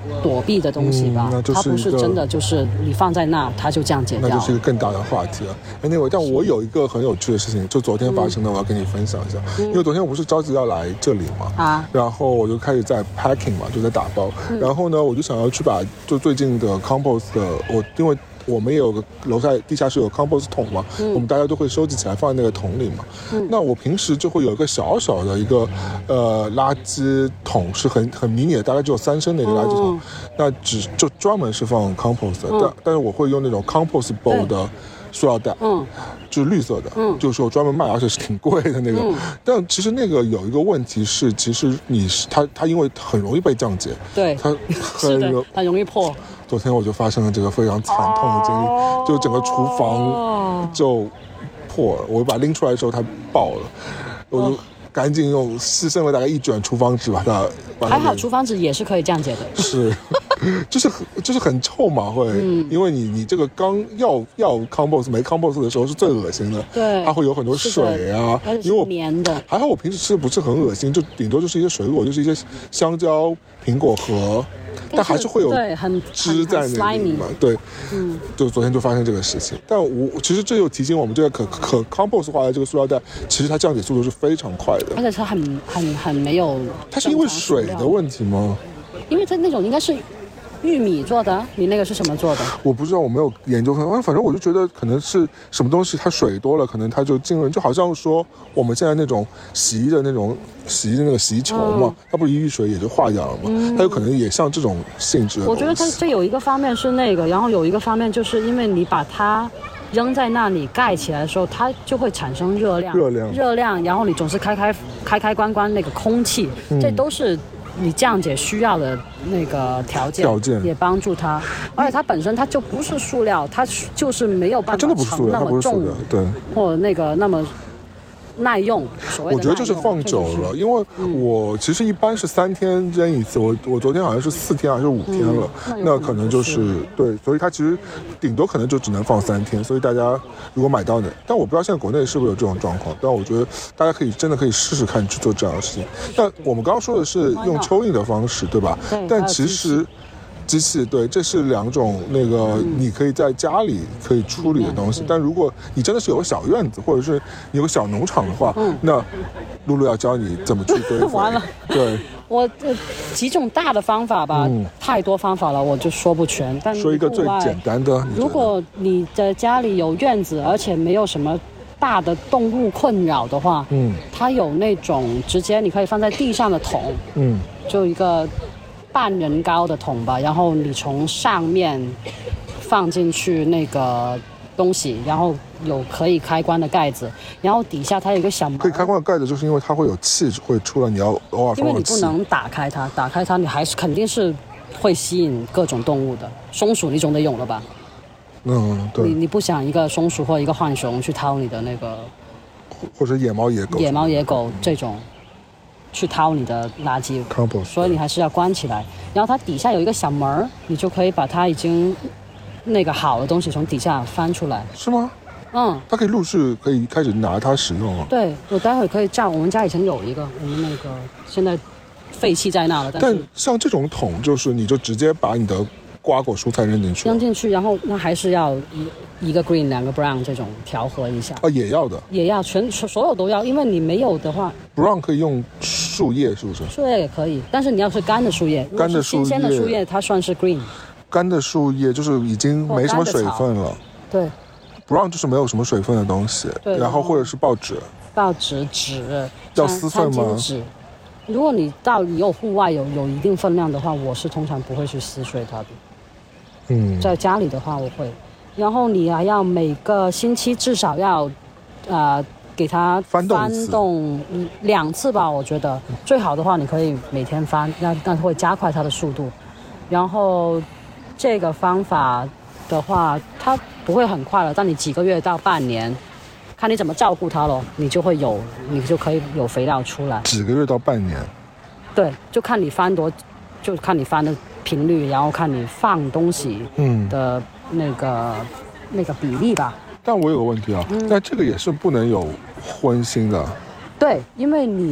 躲避的东西吧， 嗯、 它不是真的就是你放在那它就降解掉了， 那就是一个更大的话题了。Anyway， 但我有一个很有趣的事情，就昨天发生的，我要跟你分享一下。嗯、因为昨天我不是着急要来这里嘛，啊，然后我就开始在 packing 嘛，就在打包。嗯、然后呢，我就想要去把就最近的 compost 的，我因为我们也有个楼下地下室有 compost 桶嘛，嗯、我们大家都会收集起来放在那个桶里嘛。嗯、那我平时就会有一个小小的一个呃垃圾桶，是很很迷你的，大概只有三升的一个垃圾桶，嗯、那只就专门是放 compost 的，嗯、但但是我会用那种 compostable 的塑料袋，嗯，就是绿色的，嗯，就是我专门卖，而且是挺贵的那个。嗯、但其实那个有一个问题是，其实你是它它因为很容易被降解， 对， 它很容很容易破。 昨天我就发生了这个非常惨痛的经历，哦、就整个厨房就破了。我把它拎出来的时候，它爆了，我就赶紧用牺牲了大概一卷厨房纸把它。把它还好厨房纸也是可以降解的。 是，就是就是很臭嘛，会，嗯、因为你你这个刚要要 compost 没 compost 的时候是最恶心的， 对， 它会有很多水啊，因为我黏的。 还好我平时吃的不是很恶心，就顶多就是一些水果，就是一些香蕉、苹果核。但还是会有汁在那里嘛？对，嗯，就昨天就发生这个事情。但我其实这又提醒我们，这个可可 compost 化的这个塑料袋，其实它降解速度是非常快的， 而且它很很很没有。 它是因为水的问题吗？ 因为它那种应该是玉米做的，你那个是什么做的？ 我不知道，我没有研究。反正我就觉得可能是什么东西它水多了，可能它就浸润，就好像说我们现在那种洗衣的那种洗衣的那个洗衣球嘛，嗯、它不是一遇水也就化掉了嘛，嗯、它有可能也像这种性质的。 我觉得它这有一个方面是那个，然后有一个方面就是因为你把它扔在那里盖起来的时候，它就会产生热量， 热量， 热量，然后你总是开开开开关关那个空气，嗯、这都是。你降解需要的那个条件， 条件也帮助它，而且它本身它就不是塑料，它就是没有办法盛那么重， 对， 或者那个那么耐用。所谓的耐用， 我觉得就是放久了，因为我其实一般是三天扔一次，我我昨天好像是四天还是五天了，嗯、那, 那可能就是对，所以它其实顶多可能就只能放三天，所以大家如果买到的，但我不知道现在国内是不是有这种状况，但我觉得大家可以真的可以试试看去做这样的事情。但我们刚刚说的是用蚯蚓的方式，对吧？ 对， 但其实。机器对，这是两种那个你可以在家里可以处理的东西。嗯、但如果你真的是有个小院子，或者是你有个小农场的话，嗯、那露露要教你怎么去堆肥。 完了， 对， 我呃几种大的方法吧，嗯、太多方法了，我就说不全。但说一个最简单的， 如果你的家里有院子，而且没有什么大的动物困扰的话，嗯，它有那种直接你可以放在地上的桶，嗯，就一个。半人高的桶吧，然后你从上面放进去那个东西，然后有可以开关的盖子，然后底下它有一个小门。 可以开关的盖子，就是因为它会有气会出来，你要偶尔放。 因为你不能打开它，打开它你还是肯定是会吸引各种动物的。松鼠你总得有了吧？ 嗯，对。 你你不想一个松鼠或一个浣熊去掏你的那个， 或者野猫野狗。 野猫野狗这种。去掏你的垃圾，所以你还是要关起来。然后它底下有一个小门，你就可以把它已经那个好的东西从底下翻出来。 是吗？ 嗯， 它可以陆续可以开始拿它使用了。 对，我待会可以照。我们家以前有一个，我们那个现在废弃在那了。但, 但像这种桶，就是你就直接把你的瓜果蔬菜扔进去， 扔进去，然后那还是要一一个 green 两个 brown 这种调和一下。 啊，也要的， 也要全所有都要，因为你没有的话 ，brown 可以用树叶，是不是？ 树叶也可以，但是你要是干的树叶， 干的树叶， 新鲜的树叶它算是 green。 干的树叶就是已经没什么水分了。 对 ，brown 就是没有什么水分的东西。 对， 然后或者是报纸。 报纸纸要撕碎吗？ 纸。如果你到你有户外有有一定分量的话，我是通常不会去撕碎它的。嗯，在家里的话我会，然后你还要每个星期至少要，呃，给它翻动翻动两次吧，我觉得最好的话你可以每天翻，那那会加快它的速度。然后这个方法的话，它不会很快了，但你几个月到半年，看你怎么照顾它咯，你就会有，你就可以有肥料出来。 几个月到半年？对， 就看你翻多，就看你翻的频率，然后看你放东西的那个、嗯、那个比例吧。 但我有个问题啊，嗯、但这个也是不能有荤腥的。 对，因为你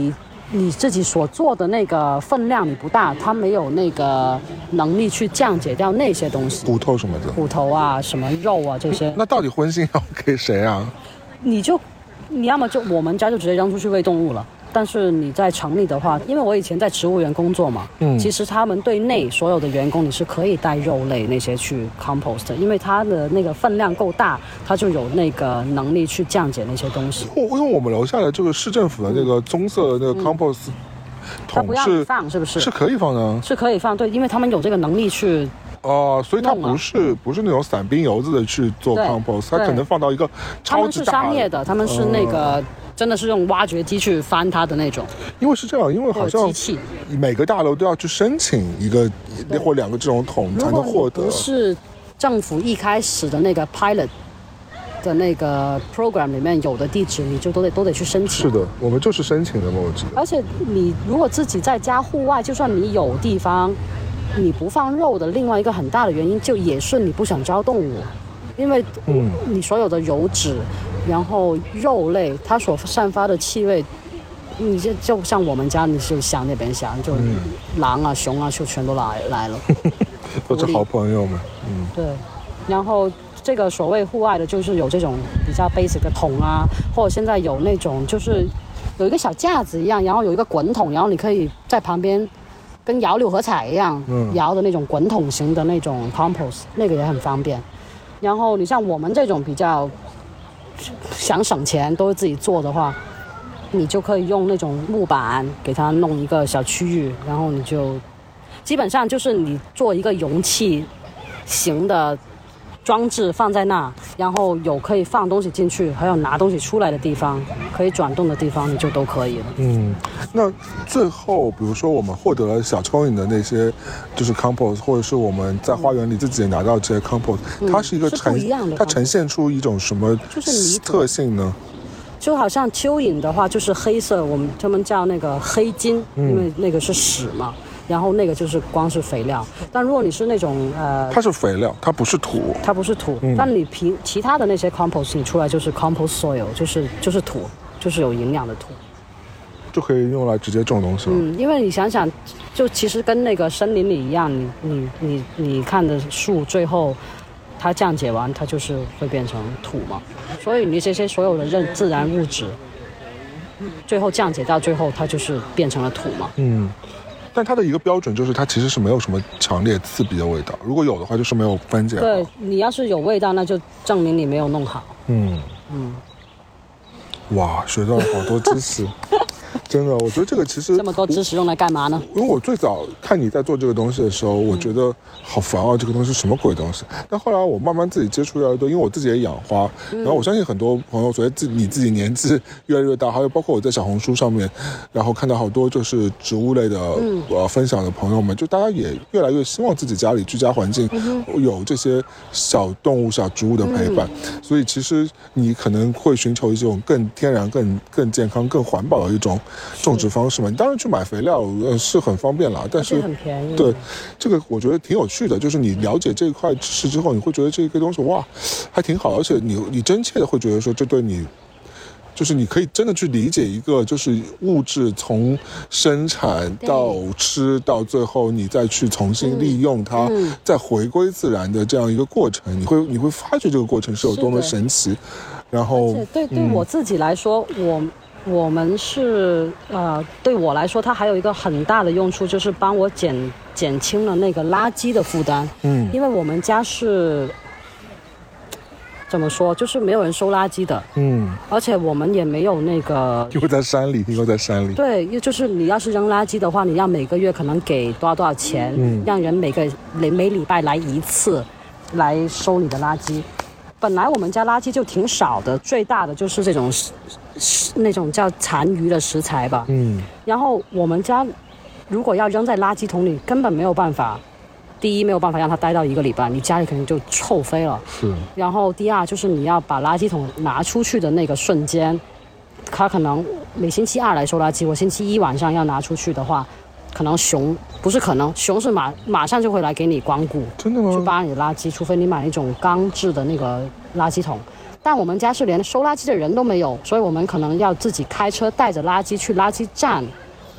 你自己所做的那个分量你不大，它没有那个能力去降解掉那些东西， 骨头什么的， 骨头啊，什么肉啊这些。 那到底荤腥要给谁啊？ 你就你要么就我们家就直接扔出去喂动物了。但是你在城里的话，因为我以前在植物园工作嘛，嗯，其实他们对内所有的员工你是可以带肉类那些去 compost 的，因为它的那个分量够大，它就有那个能力去降解那些东西。 因为我们楼下的这个市政府的那个棕色的那个 compost 桶是、嗯、 不要你放是不是？ 是可以放的， 是可以放，对，因为他们有这个能力去。 哦、呃，所以它不是不是那种散兵油子的去做 compost， 它可能放到一个超级大的。他们是商业的， 他们是那个。呃真的是用挖掘机去翻它的那种， 因为是这样，因为好像每个大楼都要去申请一个或两个这种桶才能获得。 不是政府一开始的那个 pilot 的那个 program 里面有的地址，你就都得都得去申请。 是的，我们就是申请的嘛，我记得。 而且你如果自己在家户外，就算你有地方，你不放肉的另外一个很大的原因，就也是你不想招动物，因为你所有的油脂。然后肉类它所散发的气味，你就就像我们家，你就想那边想，就狼啊、熊啊就全都来来了， 都是好朋友们。嗯， 对。然后这个所谓户外的，就是有这种比较 basic 的桶啊，或者现在有那种就是有一个小架子一样，然后有一个滚筒，然后你可以在旁边跟摇六合彩一样、嗯、摇的那种滚筒型的那种 compost， 那个也很方便。然后你像我们这种比较想省钱都是自己做的话，你就可以用那种木板给它弄一个小区域，然后你就基本上就是你做一个容器型的装置放在那，然后有可以放东西进去还有拿东西出来的地方，可以转动的地方，你就都可以了。 嗯，那最后比如说我们获得了小蚯蚓的那些就是 compost， 或者是我们在花园里自己也拿到这些 compost、嗯、它是一个呈是不一样的， 它呈现出一种什么特性呢？ 就好像蚯蚓的话就是黑色，我们他们叫那个黑金、嗯、因为那个是屎嘛，然后那个就是光是肥料。但如果你是那种呃， 它是肥料，它不是土， 它不是土、嗯、但你平其他的那些 compost 你出来就是 compost soil， 就是就是土，就是有营养的土， 就可以用来直接种东西了。 嗯，因为你想想，就其实跟那个森林里一样，你你你你看的树最后它降解完，它就是会变成土嘛。所以你这些所有的认自然物质，最后降解到最后，它就是变成了土嘛。 嗯，但它的一个标准就是它其实是没有什么强烈刺鼻的味道，如果有的话就是没有分解。 对，你要是有味道，那就证明你没有弄好。 嗯嗯，哇，学到了好多知识。真的，我觉得这个其实这么多知识用来干嘛呢？ 因为我最早看你在做这个东西的时候，我觉得好烦啊，这个东西什么鬼东西？但后来我慢慢自己接触越来越多，因为我自己也养花，然后我相信很多朋友随着自你自己年纪越来越大，还有包括我在小红书上面，然后看到好多就是植物类的、嗯、呃分享的朋友们，就大家也越来越希望自己家里居家环境有这些小动物、小植物的陪伴，嗯、所以其实你可能会寻求一种更天然、更更健康、更环保的一种种植方式嘛。你当然去买肥料呃是很方便啦，但是很便宜。 对，这个我觉得挺有趣的，就是你了解这一块知识之后，你会觉得这个东西哇还挺好，而且你你真切的会觉得说这对你就是你可以真的去理解一个就是物质从生产到吃到最后你再去重新利用它、嗯、再回归自然的这样一个过程，你会你会发觉这个过程是有多么神奇。然后对对我自己来说、嗯、我我们是呃，对我来说它还有一个很大的用处，就是帮我减减轻了那个垃圾的负担。嗯，因为我们家是怎么说，就是没有人收垃圾的。嗯，而且我们也没有那个， 因为在山里，因为在山里。 对，就是你要是扔垃圾的话，你要每个月可能给多少多少钱，嗯、让人每个每每礼拜来一次来收你的垃圾。本来我们家垃圾就挺少的，最大的就是这种那种叫残余的食材吧。嗯，然后我们家如果要扔在垃圾桶里，根本没有办法。第一，没有办法让它待到一个礼拜，你家里肯定就臭飞了。是。然后第二，就是你要把垃圾桶拿出去的那个瞬间，它可能每星期二来收垃圾，我星期一晚上要拿出去的话，可能熊不是可能，熊是马马上就会来给你光顾。 真的吗？ 去扒你的垃圾，除非你买那种钢制的那个垃圾桶。但我们家是连收垃圾的人都没有，所以我们可能要自己开车带着垃圾去垃圾站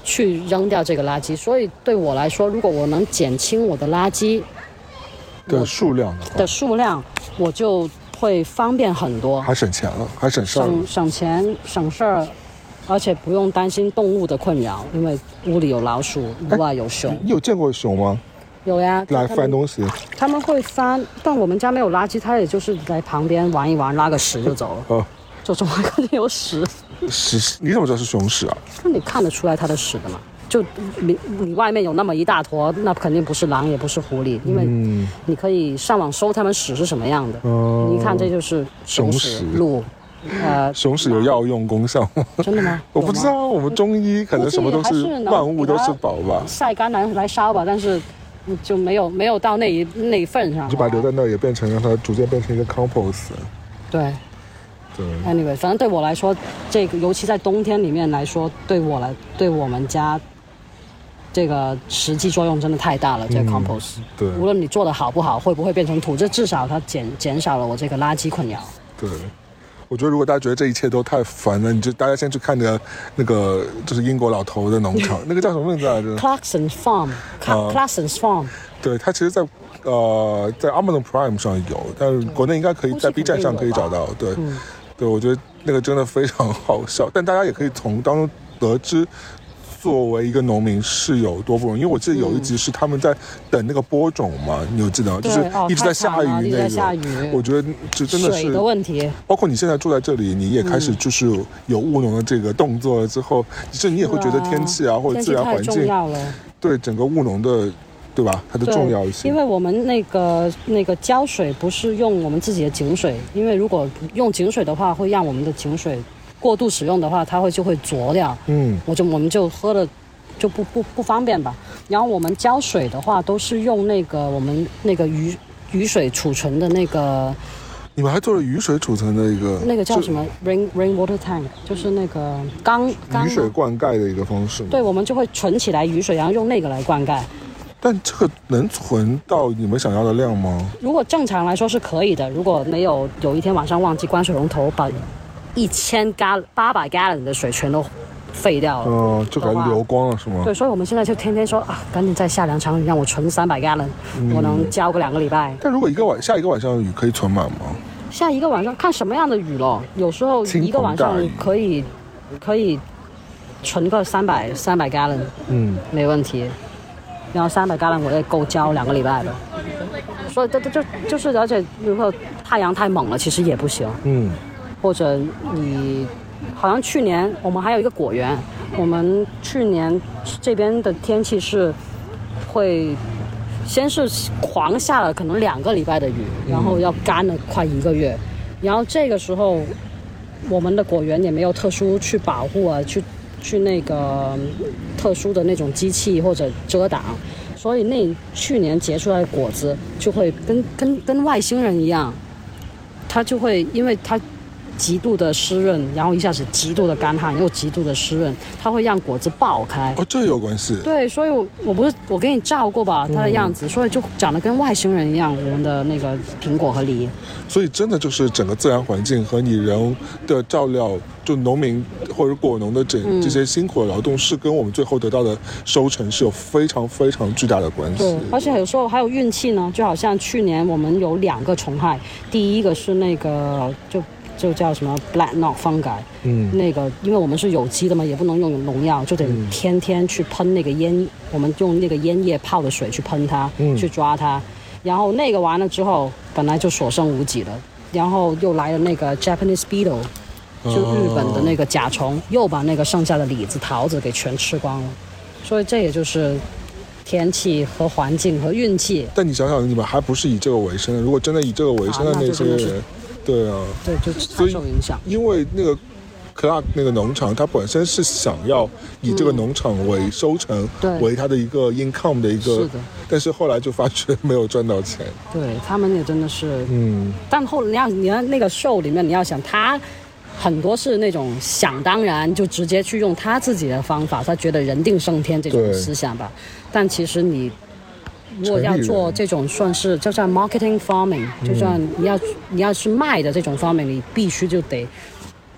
去扔掉这个垃圾。所以对我来说，如果我能减轻我的垃圾的数量的话的数量，我就会方便很多， 还省钱了，还省事儿， 省省钱省事儿，而且不用担心动物的困扰，因为屋里有老鼠，屋外有熊。 你有见过熊吗？ 有呀， 来翻东西。 他们会翻，但我们家没有垃圾，他也就是在旁边玩一玩，拉个屎就走了。哦，就总会看见有屎。 屎？你怎么知道是熊屎啊？ 那你看得出来它的屎的嘛？就你你外面有那么一大坨，那肯定不是狼，也不是狐狸，因为你可以上网搜它们屎是什么样的。嗯，你一看这就是熊屎鹿。呃， 熊屎有药用功效吗？ 真的吗？ 我不知道，我们中医可能什么都是万物都是宝吧， 晒干来来烧吧，但是就没有没有到那一那一份上， 就把留在那也变成让它逐渐变成一个 compost。 对， 对。 Anyway， 反正对我来说，这个尤其在冬天里面来说，对我来对我们家这个实际作用真的太大了。这个 compost，嗯， 对， 无论你做的好不好，会不会变成土，这至少它减减少了我这个垃圾困扰。 对。我觉得如果大家觉得这一切都太烦了，你就大家先去看那个那个就是英国老头的农场，那个叫什么名字来着 ？Clarkson's Farm。Clarkson's Farm。 对，它其实在呃在 Amazon Prime 上有，但是国内应该可以在 B 站上可以找到。对，嗯，对，我觉得那个真的非常好笑，但大家也可以从当中得知，作为一个农民是有多不容易。因为我记得有一集是他们在等那个播种嘛，嗯，你有记得吗？就是一直在下雨那个， 一直在下雨。 我觉得这真的是水的问题。 包括你现在住在这里，你也开始就是有务农的这个动作了之后，其实你也会觉得天气啊或者自然环境对整个务农的，对吧？它的重要性。 因为我们那个那个浇水不是用我们自己的井水，因为如果用井水的话，会让我们的井水过度使用的话，它会就会浊掉。嗯，我就我们就喝了就不不不方便吧。然后我们浇水的话，都是用那个我们那个雨雨水储存的那个。 你们还做了雨水储存的一个那个叫什么 rain rainwater tank， 就是那个缸雨水灌溉的一个方式。 对，我们就会存起来雨水，然后用那个来灌溉。 但这个能存到你们想要的量吗？ 如果正常来说是可以的，如果没有有一天晚上忘记关水龙头，把一千加八百 gallon 的水全都废掉了， 嗯、呃，就给它流光了是吗？ 对，所以我们现在就天天说啊，赶紧再下两场雨，让我存三百 gallon，嗯，我能浇个两个礼拜。 但如果一个晚下一个晚上的雨可以存满吗？ 下一个晚上看什么样的雨咯，有时候一个晚上可以可以存个三百三百 gallon， 嗯，没问题。然后三百 gallon 我也够浇两个礼拜的，所以就就就是而且如果太阳太猛了，其实也不行，嗯，或者你好像去年我们还有一个果园，我们去年这边的天气是会先是狂下了可能两个礼拜的雨，然后要干了快一个月，然后这个时候我们的果园也没有特殊去保护啊，去去那个特殊的那种机器或者遮挡，所以那去年结出来的果子就会跟跟跟外星人一样，它就会因为它极度的湿润，然后一下子极度的干旱，又极度的湿润，它会让果子爆开。 哦，这有关系。 对，所以我我不是我给你照过吧，它的样子，嗯，所以就长得跟外星人一样，我们的那个苹果和梨。 所以真的就是整个自然环境和你人的照料，就农民或者果农的这这些辛苦的劳动，是跟我们最后得到的收成是有非常非常巨大的关系。 对，而且有时候还有运气呢，就好像去年我们有两个虫害，第一个是那个就。就叫什么 black knot fungi，嗯，那个因为我们是有机的嘛，也不能用农药，就得天天去喷那个烟，我们用那个烟叶泡的水去喷它，嗯，去抓它，然后那个完了之后，本来就所剩无几了，然后又来了那个 Japanese beetle， 就日本的那个甲虫，哦，又把那个剩下的李子、桃子给全吃光了，所以这也就是天气和环境和运气。 但你想想，你们还不是以这个为生的，如果真的以这个为生的那些人。啊对啊， 对，就太受影响。 因为那个 Clark 那个农场，它本身是想要以这个农场为收成，嗯，为它的一个 income 的一个，是的。但是后来就发觉没有赚到钱。 对他们也真的是，嗯。但后你要你要那个 show 里面，你要想他很多是那种想当然就直接去用他自己的方法，他觉得人定胜天这种思想吧。但其实你。如果要做这种算是就像 marketing farming， 就算你要你要是卖的这种 farming， 你必须就得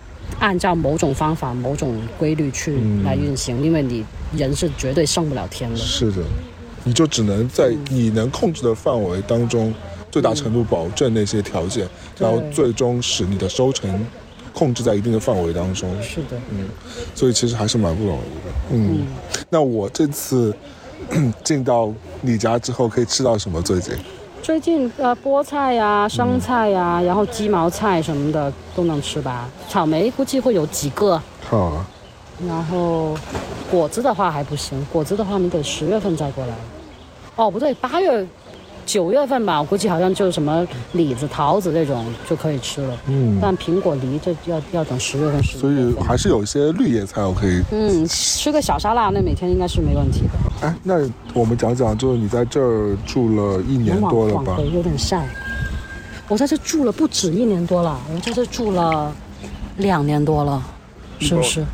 按照某种方法某种规律去来运行、嗯、因为你人是绝对上不了天的。 是的，你就只能在你能控制的范围当中最大程度保证那些条件、嗯、然后最终使你的收成控制在一定的范围当中。 是的， 嗯，所以其实还是蛮不容易的。嗯，嗯那我这次进到你家之后可以吃到什么？最近最近呃菠菜呀、生菜呀、嗯、然后鸡毛菜什么的都能吃吧。草莓估计会有几个。 好啊。 然后果子的话还不行，果子的话你得十月份再过来。哦，不对，八月、九月份吧，我估计好像就是什么李子、桃子这种就可以吃了。嗯。但苹果、梨这要要等十月份、十一月份。 所以还是有一些绿叶菜我可以。 嗯，吃个小沙拉，那每天应该是没问题的。 哎，那我们讲讲，就是你在这儿住了一年多了吧？ 有点晒。我在这住了不止一年多了，我在这住了两年多了，是不是？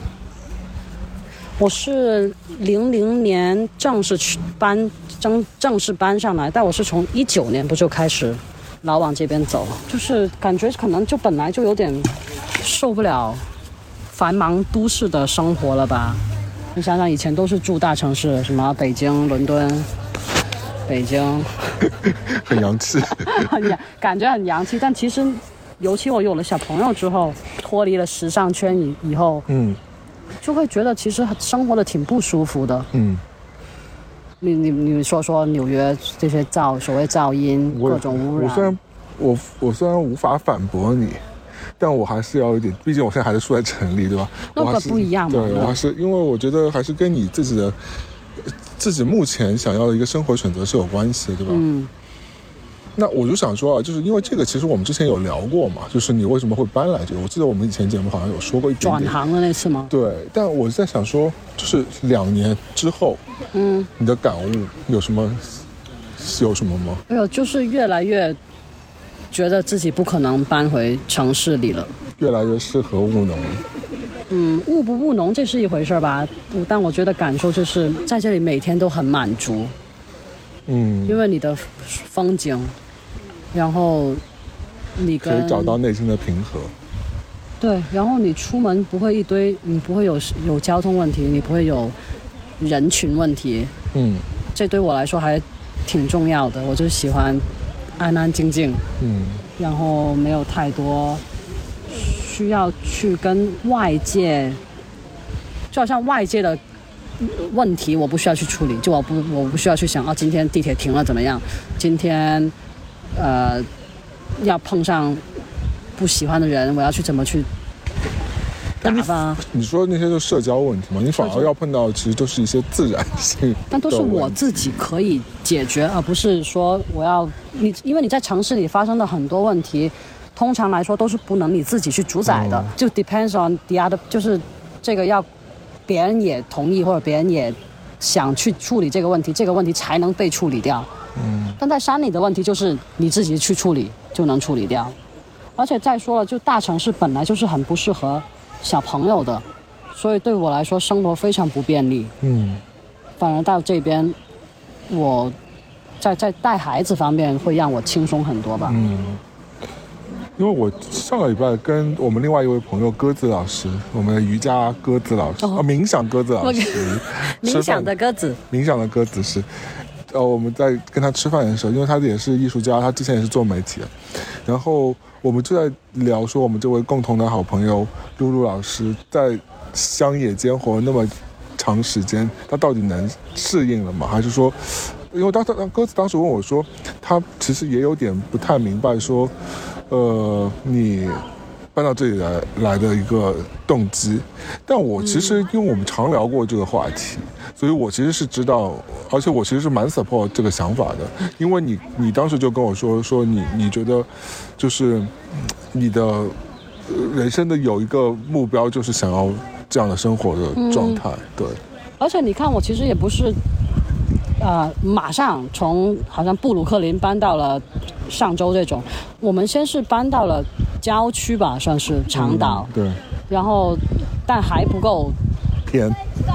我是零零年正式去搬正正式搬上来，但我是从一九年不就开始老往这边走，就是感觉可能就本来就有点受不了繁忙都市的生活了吧。你想想，以前都是住大城市，什么北京、伦敦、北京， 很洋气， 很洋，感觉很洋气。但其实，尤其我有了小朋友之后，脱离了时尚圈以以后，嗯。就会觉得其实生活的挺不舒服的。嗯，你你你说说纽约这些噪所谓噪音各种污染， 我虽然我我虽然无法反驳你，但我还是要有点，毕竟我现在还是住在城里，对吧？ 那个不一样嘛。 对，我还是因为我觉得还是跟你自己的自己目前想要的一个生活选择是有关系的，对吧？嗯。那我就想说啊，就是因为这个，其实我们之前有聊过嘛，就是你为什么会搬来这个？我记得我们以前节目好像有说过一点点转行的那次吗？ 对，但我在想说，就是两年之后，嗯，你的感悟有什么？有什么吗？ 没有，就是越来越觉得自己不可能搬回城市里了， 越来越适合务农。 嗯，务不务农这是一回事吧，但我觉得感受就是在这里每天都很满足。嗯，因为你的风景，然后你跟可以找到内心的平和。 对，然后你出门不会一堆，你不会有有交通问题，你不会有人群问题。嗯，这对我来说还挺重要的。我就喜欢安安静静，嗯，然后没有太多需要去跟外界，就好像外界的问题我不需要去处理，就我不我不需要去想啊，今天地铁停了怎么样？今天呃要碰上不喜欢的人，我要去怎么去打发？ 你说那些就社交问题嘛，你反而要碰到其实都是一些自然性， 但都是我自己可以解决，而不是说我要你，因为你在城市里发生的很多问题，通常来说都是不能你自己去主宰的，嗯、就 depends on the other， 就是这个要。别人也同意或者别人也想去处理这个问题，这个问题才能被处理掉。嗯，但在山里的问题就是你自己去处理就能处理掉。而且再说了，就大城市本来就是很不适合小朋友的，所以对我来说生活非常不便利。嗯，反而到这边，我在在带孩子方面会让我轻松很多吧。嗯。 因为我上个礼拜跟我们另外一位朋友鸽子老师，我们的瑜伽鸽子老师，哦，哦冥想鸽子老师， 冥想的鸽子， 冥想的鸽子是，呃，我们在跟他吃饭的时候，因为他也是艺术家，他之前也是做媒体的，然后我们就在聊说，我们这位共同的好朋友露露老师在乡野间活那么长时间，他到底能适应了吗？还是说？因为当当鸽子当时问我说，他其实也有点不太明白说，呃，你搬到这里来来的一个动机。但我其实因为我们常聊过这个话题，所以我其实是知道，而且我其实是蛮 support 这个想法的。因为你你当时就跟我说说你你觉得就是你的人生的有一个目标，就是想要这样的生活的状态，嗯、对。 而且你看，我其实也不是。呃，马上从好像布鲁克林搬到了上周这种，我们先是搬到了郊区吧，算是长岛， 嗯、对， 然后但还不够偏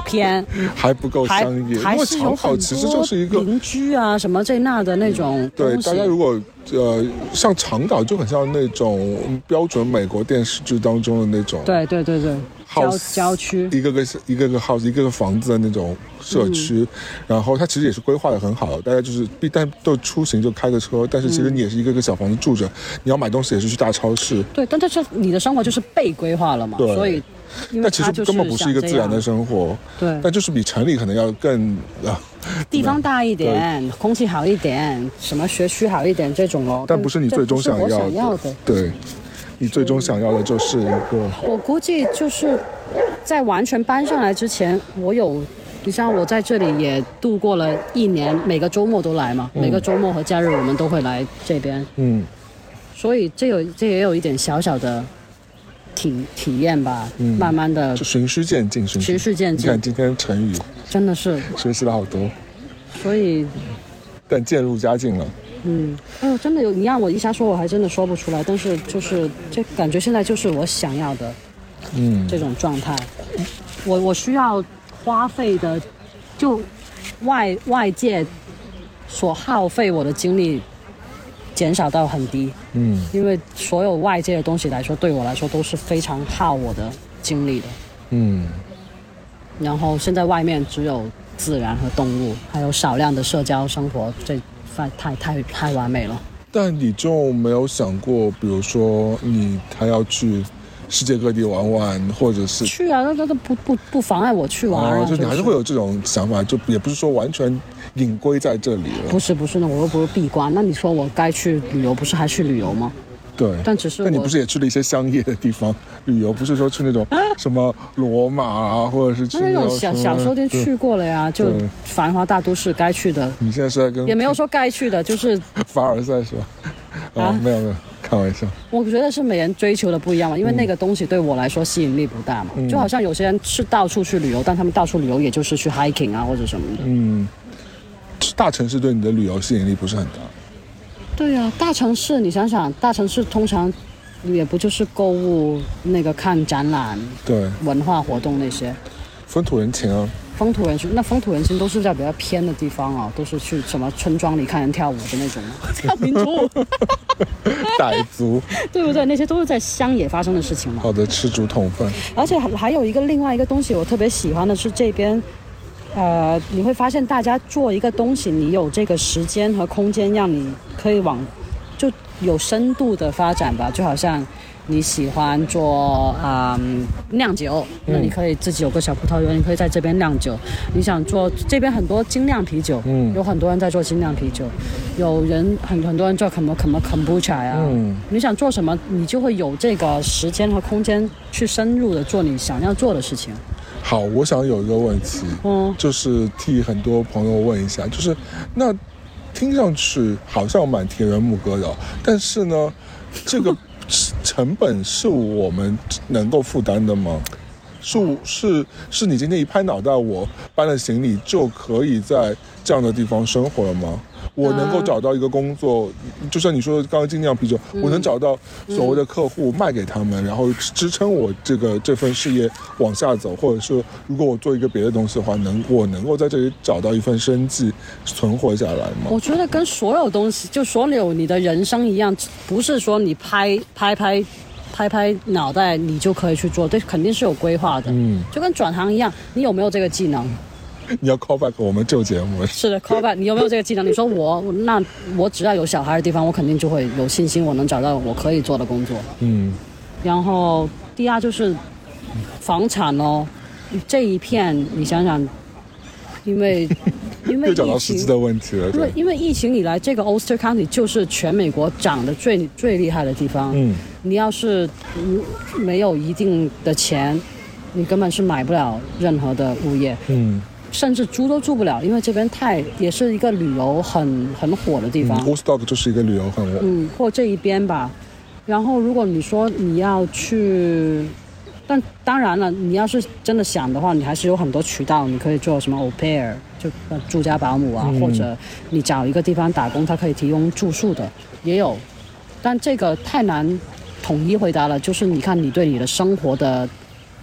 偏， 还不够商业。 还是有很多邻居啊什么这那的那种东西。 对，大家如果呃像长岛就很像那种标准美国电视剧当中的那种。 对对对对。郊郊区， 一个个一个个 house， 一个个房子的那种社区，嗯、然后它其实也是规划的很好，大家就是必但都出行就开个车，但是其实你也是一个个小房子住着，嗯、你要买东西也是去大超市。 对，但这是你的生活就是被规划了嘛， 对， 所以但其实根本不是一个自然的生活， 对， 但就是比城里可能要更啊。 地方大一点，空气好一点，什么学区好一点这种哦， 但不是你最终想要的。 想要的对。你最终想要的就是一个， 我估计就是在完全搬上来之前，我有，你像我在这里也度过了一年，每个周末都来嘛，嗯、每个周末和假日我们都会来这边，嗯，所以这有这也有一点小小的体体验吧，嗯、慢慢的就循序渐进， 循序渐进。 你看今天成语真的是学习了好多， 所以但渐入佳境了。 嗯，哎呦，真的有，你让我一下说，我还真的说不出来。但是就是这感觉现在就是我想要的，嗯，这种状态。我我需要花费的，就外外界所耗费我的精力减少到很低，嗯，因为所有外界的东西来说，对我来说都是非常耗我的精力的，嗯。然后现在外面只有自然和动物，还有少量的社交生活，这。太太太完美了， 但你就没有想过，比如说你还要去世界各地玩玩，或者是去啊，那那不不不妨碍我去玩啊， 哦、就你还是会有这种想法，就也不是说完全隐归在这里了。 不是不是，那我又不是闭关，那你说我该去旅游，不是还去旅游吗？ 对， 但只是但你不是也去了一些乡野的地方旅游，不是说去那种什么罗马啊，或者是去那种小小时候就去过了呀，就繁华大都市该去的。 你现在是在跟也没有说该去的，就是凡尔赛是吧？啊，没有没有，开玩笑。 我觉得是每人追求的不一样嘛，因为那个东西对我来说吸引力不大嘛，嗯、就好像有些人是到处去旅游，但他们到处旅游也就是去 hiking 啊或者什么的。嗯， 大城市对你的旅游吸引力不是很大。 对啊，大城市你想想，大城市通常也不就是购物、那个看展览、 对文化活动那些， 风土人情啊。 风土人情，那风土人情都是在比较偏的地方啊，都是去什么村庄里看人跳舞的那种，跳民族舞， 傣族， 对不对？那些都是在乡野发生的事情嘛。 好的，吃竹筒饭。 而且还有一个另外一个东西，我特别喜欢的是这边。呃，你会发现大家做一个东西，你有这个时间和空间，让你可以往就有深度的发展吧。就好像你喜欢做啊、嗯、酿酒，那你可以自己有个小葡萄园，你可以在这边酿酒。你想做这边很多精酿啤酒，嗯，有很多人在做精酿啤酒，有人很很多人做什么什么 kombucha 呀、啊，嗯，你想做什么，你就会有这个时间和空间去深入的做你想要做的事情。 好，我想有一个问题，嗯，就是替很多朋友问一下，就是那听上去好像蛮田园牧歌的，但是呢，这个成本是我们能够负担的吗？是是是你今天一拍脑袋，我搬了行李就可以在这样的地方生活了吗？我能够找到一个工作，嗯、就像你说的刚刚精酿啤酒，嗯、我能找到所谓的客户、嗯、卖给他们，然后支撑我这个这份事业往下走，或者是如果我做一个别的东西的话，能我能够在这里找到一份生计，存活下来吗？ 我觉得跟所有东西，就所有你的人生一样，不是说你拍拍拍。拍拍脑袋你就可以去做，这肯定是有规划的，嗯，就跟转行一样，你有没有这个技能？ 你要 call back 我们旧节目。 是的 call back 你有没有这个技能？你说我那我只要有小孩的地方，我肯定就会有信心我能找到我可以做的工作，嗯。然后第二就是房产哦，这一片你想想，因为因为又讲到实际的问题了。 因为因为疫情以来，这个 Ulster County 就是全美国涨得最最厉害的地方。嗯，你要是没有一定的钱，你根本是买不了任何的物业。嗯，甚至租都住不了，因为这边太也是一个旅游很很火的地方。 嗯 Woodstock 就是一个旅游很火。 嗯，或这一边吧。然后如果你说你要去。但当然了，你要是真的想的话，你还是有很多渠道，你可以做什么 au pair， 就住家保姆啊、嗯，或者你找一个地方打工，它可以提供住宿的，也有。但这个太难统一回答了，就是你看你对你的生活的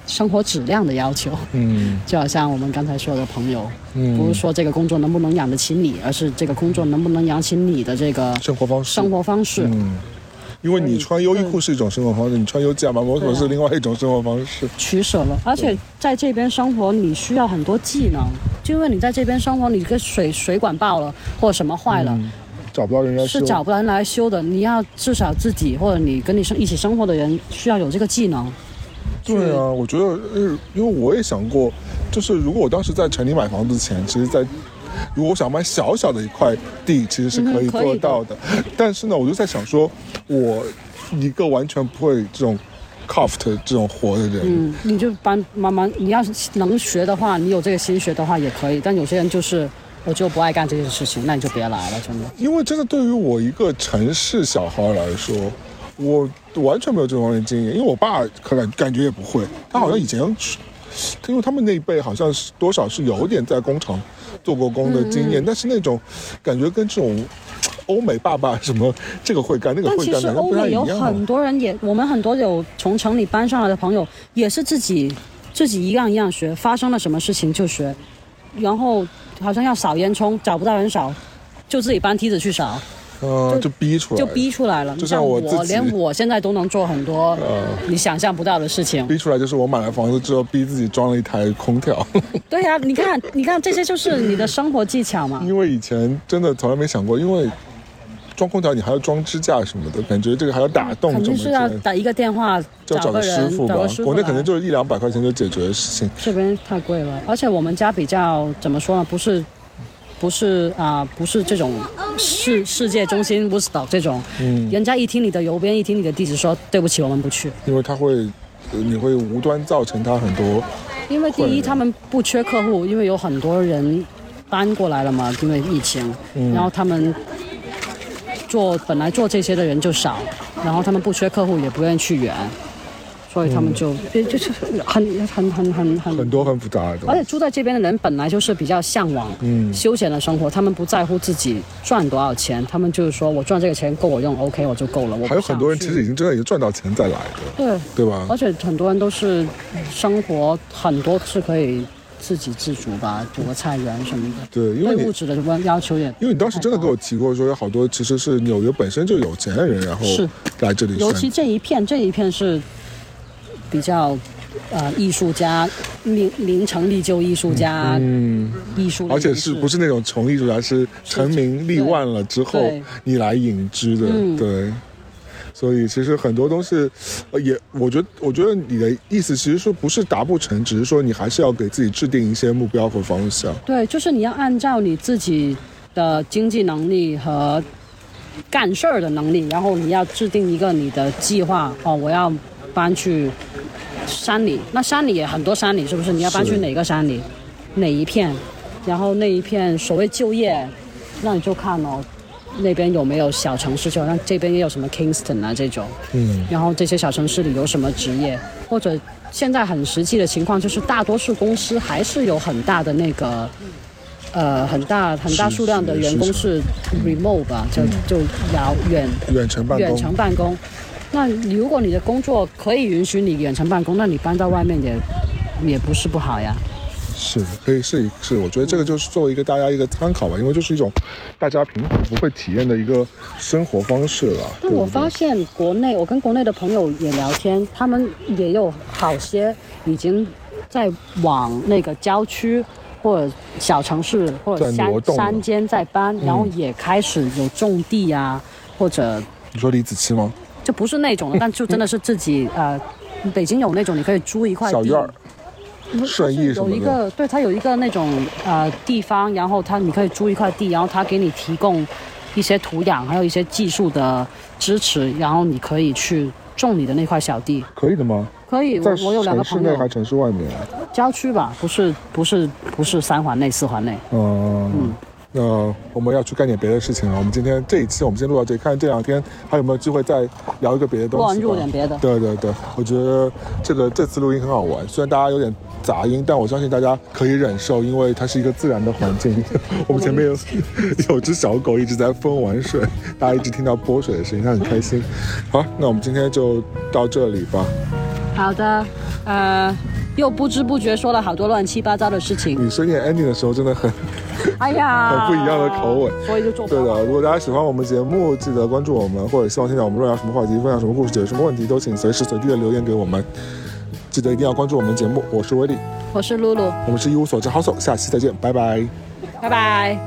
生活质量的要求。嗯，就好像我们刚才说的朋友，嗯，不是说这个工作能不能养得起你，而是这个工作能不能养起你的这个生活方式。 生活方式。 嗯，因为你穿优衣库是一种生活方式，你穿优价买摩托是另外一种生活方式。 取舍了，而且在这边生活你需要很多技能，就因为你在这边生活，你个水水管爆了或者什么坏了。嗯， 找不到人来修， 是找不到人来修的。你要至少自己或者你跟你一起生活的人需要有这个技能。 对啊，我觉得，呃，因为我也想过，就是如果我当时在城里买房子前，其实在如果我想买小小的一块地，其实是可以做到的。嗯、的但是呢，我就在想说，我一个完全不会这种 craft 这种活的人， 嗯，你就慢慢慢，你要是能学的话，你有这个心学的话也可以。但有些人就是。我就不爱干这件事情，那你就别来了，真的。因为真的对于我一个城市小孩来说，我完全没有这方面经验。因为我爸可感感觉也不会，他好像以前，嗯、因为他们那一辈好像是多少是有点在工厂做过工的经验，嗯、但是那种感觉跟这种欧美爸爸什么这个会干那个会干， 但其实欧美有很多人也，我们很多有从城里搬上来的朋友，也是自己自己一样一样学，发生了什么事情就学，然后。好像要扫烟囱，找不到人扫，就自己搬梯子去扫， 呃、就, 就逼出来， 就逼出来了。 就像我自己， 我连我现在都能做很多你想象不到的事情。 呃、逼出来就是我买了房子之后，逼自己装了一台空调。 对呀、啊，你看，你看，这些就是你的生活技巧嘛。 因为以前真的从来没想过，因为装空调你还要装支架什么的，感觉这个还要打洞什么的，肯定是要打一个电话。 就找个师傅吧，国内可能就是一两百块钱就解决的事情。 这边太贵了，而且我们家比较怎么说呢？不是，不是啊、呃，不是这种世世界中心 Woodstock 这种，嗯，人家一听你的邮编，一听你的地址，说对不起，我们不去， 因为他会，你会无端造成他很多。 因为第一，他们不缺客户，因为有很多人搬过来了嘛，因为疫情，嗯、然后他们做本来做这些的人就少，然后他们不缺客户，也不愿意去远。所以他们就、嗯、就是很很很很很很多很复杂的， 而且住在这边的人本来就是比较向往休闲的生活，嗯、他们不在乎自己赚多少钱，他们就是说我赚这个钱够我用 ，OK 我就够了。我还有很多人其实已经真的已经赚到钱再来的， 对对吧？ 而且很多人都是生活很多是可以自给自足吧，煮个菜园什么的。 对，因为对物质的要求也因为你当时真的给我提过说有好多其实是纽约本身就有钱的人，然后来这里， 尤其这一片这一片是。比较，呃，艺术家，凌凌晨立就艺术家，嗯，艺术， 而且是不是那种穷艺术家，是成名立万了之后你来引之的，嗯、对。所以其实很多东西，呃，也我觉得，我觉得你的意思其实说不是达不成，只是说你还是要给自己制定一些目标和方向。 对，就是你要按照你自己的经济能力和干事儿的能力，然后你要制定一个你的计划。哦，我要搬去山里，那山里也很多山里，是不是？你要搬去哪个山里，哪一片？然后那一片所谓就业，那你就看哦，那边有没有小城市，就好像这边也有什么 Kingston 啊这种，嗯，然后这些小城市里有什么职业，或者现在很实际的情况就是大多数公司还是有很大的那个。呃，很大很大数量的员工是 remote 吧，就就遥远远程办公。 远程办公，那如果你的工作可以允许你远程办公，那你搬到外面也也不是不好呀。 是，可以是是，我觉得这个就是作为一个大家一个参考吧，因为就是一种大家平常不会体验的一个生活方式了。 但我发现国内，我跟国内的朋友也聊天，他们也有好些已经在往那个郊区。或者小城市或者山山间在搬，然后也开始有种地啊，或者你说李子柒吗？ 就不是那种的，但就真的是自己呃，北京有那种你可以租一块地小院儿，顺义什么的。 有一个对，它有一个那种呃地方，然后它你可以租一块地，然后它给你提供一些土壤，还有一些技术的支持，然后你可以去种你的那块小地。 可以的吗？ 可以，我我有两个朋友。 城市内还城市外面？ 郊区吧，不是不是不是三环内四环内。 嗯嗯，那我们要去干点别的事情了。我们今天这一期我们先录到这里，看这两天还有没有机会再聊一个别的东西。 录点别的。 对对对，我觉得这个这次录音很好玩，虽然大家有点杂音，但我相信大家可以忍受，因为它是一个自然的环境。我们前面有有只小狗一直在疯玩水，大家一直听到拨水的声音，它很开心。好，那我们今天就到这里吧。 好的，呃。 又不知不觉说了好多乱七八糟的事情。 你深夜 ending 的时候真的很， 哎呀， 很不一样的口吻， 所以就做不到。 对的，如果大家喜欢我们节目，记得关注我们，或者希望听到我们论聊什么话题、分享什么故事、解决什么问题，都请随时随地的留言给我们。记得一定要关注我们节目，我是威力， 我是露露， 我们是一无所知好手，下期再见，拜拜， 拜拜。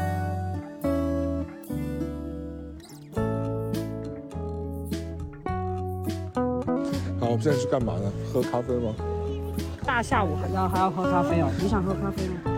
好，我们现在去干嘛呢？喝咖啡吗？ 大下午还要还要喝咖啡哦？你想喝咖啡吗？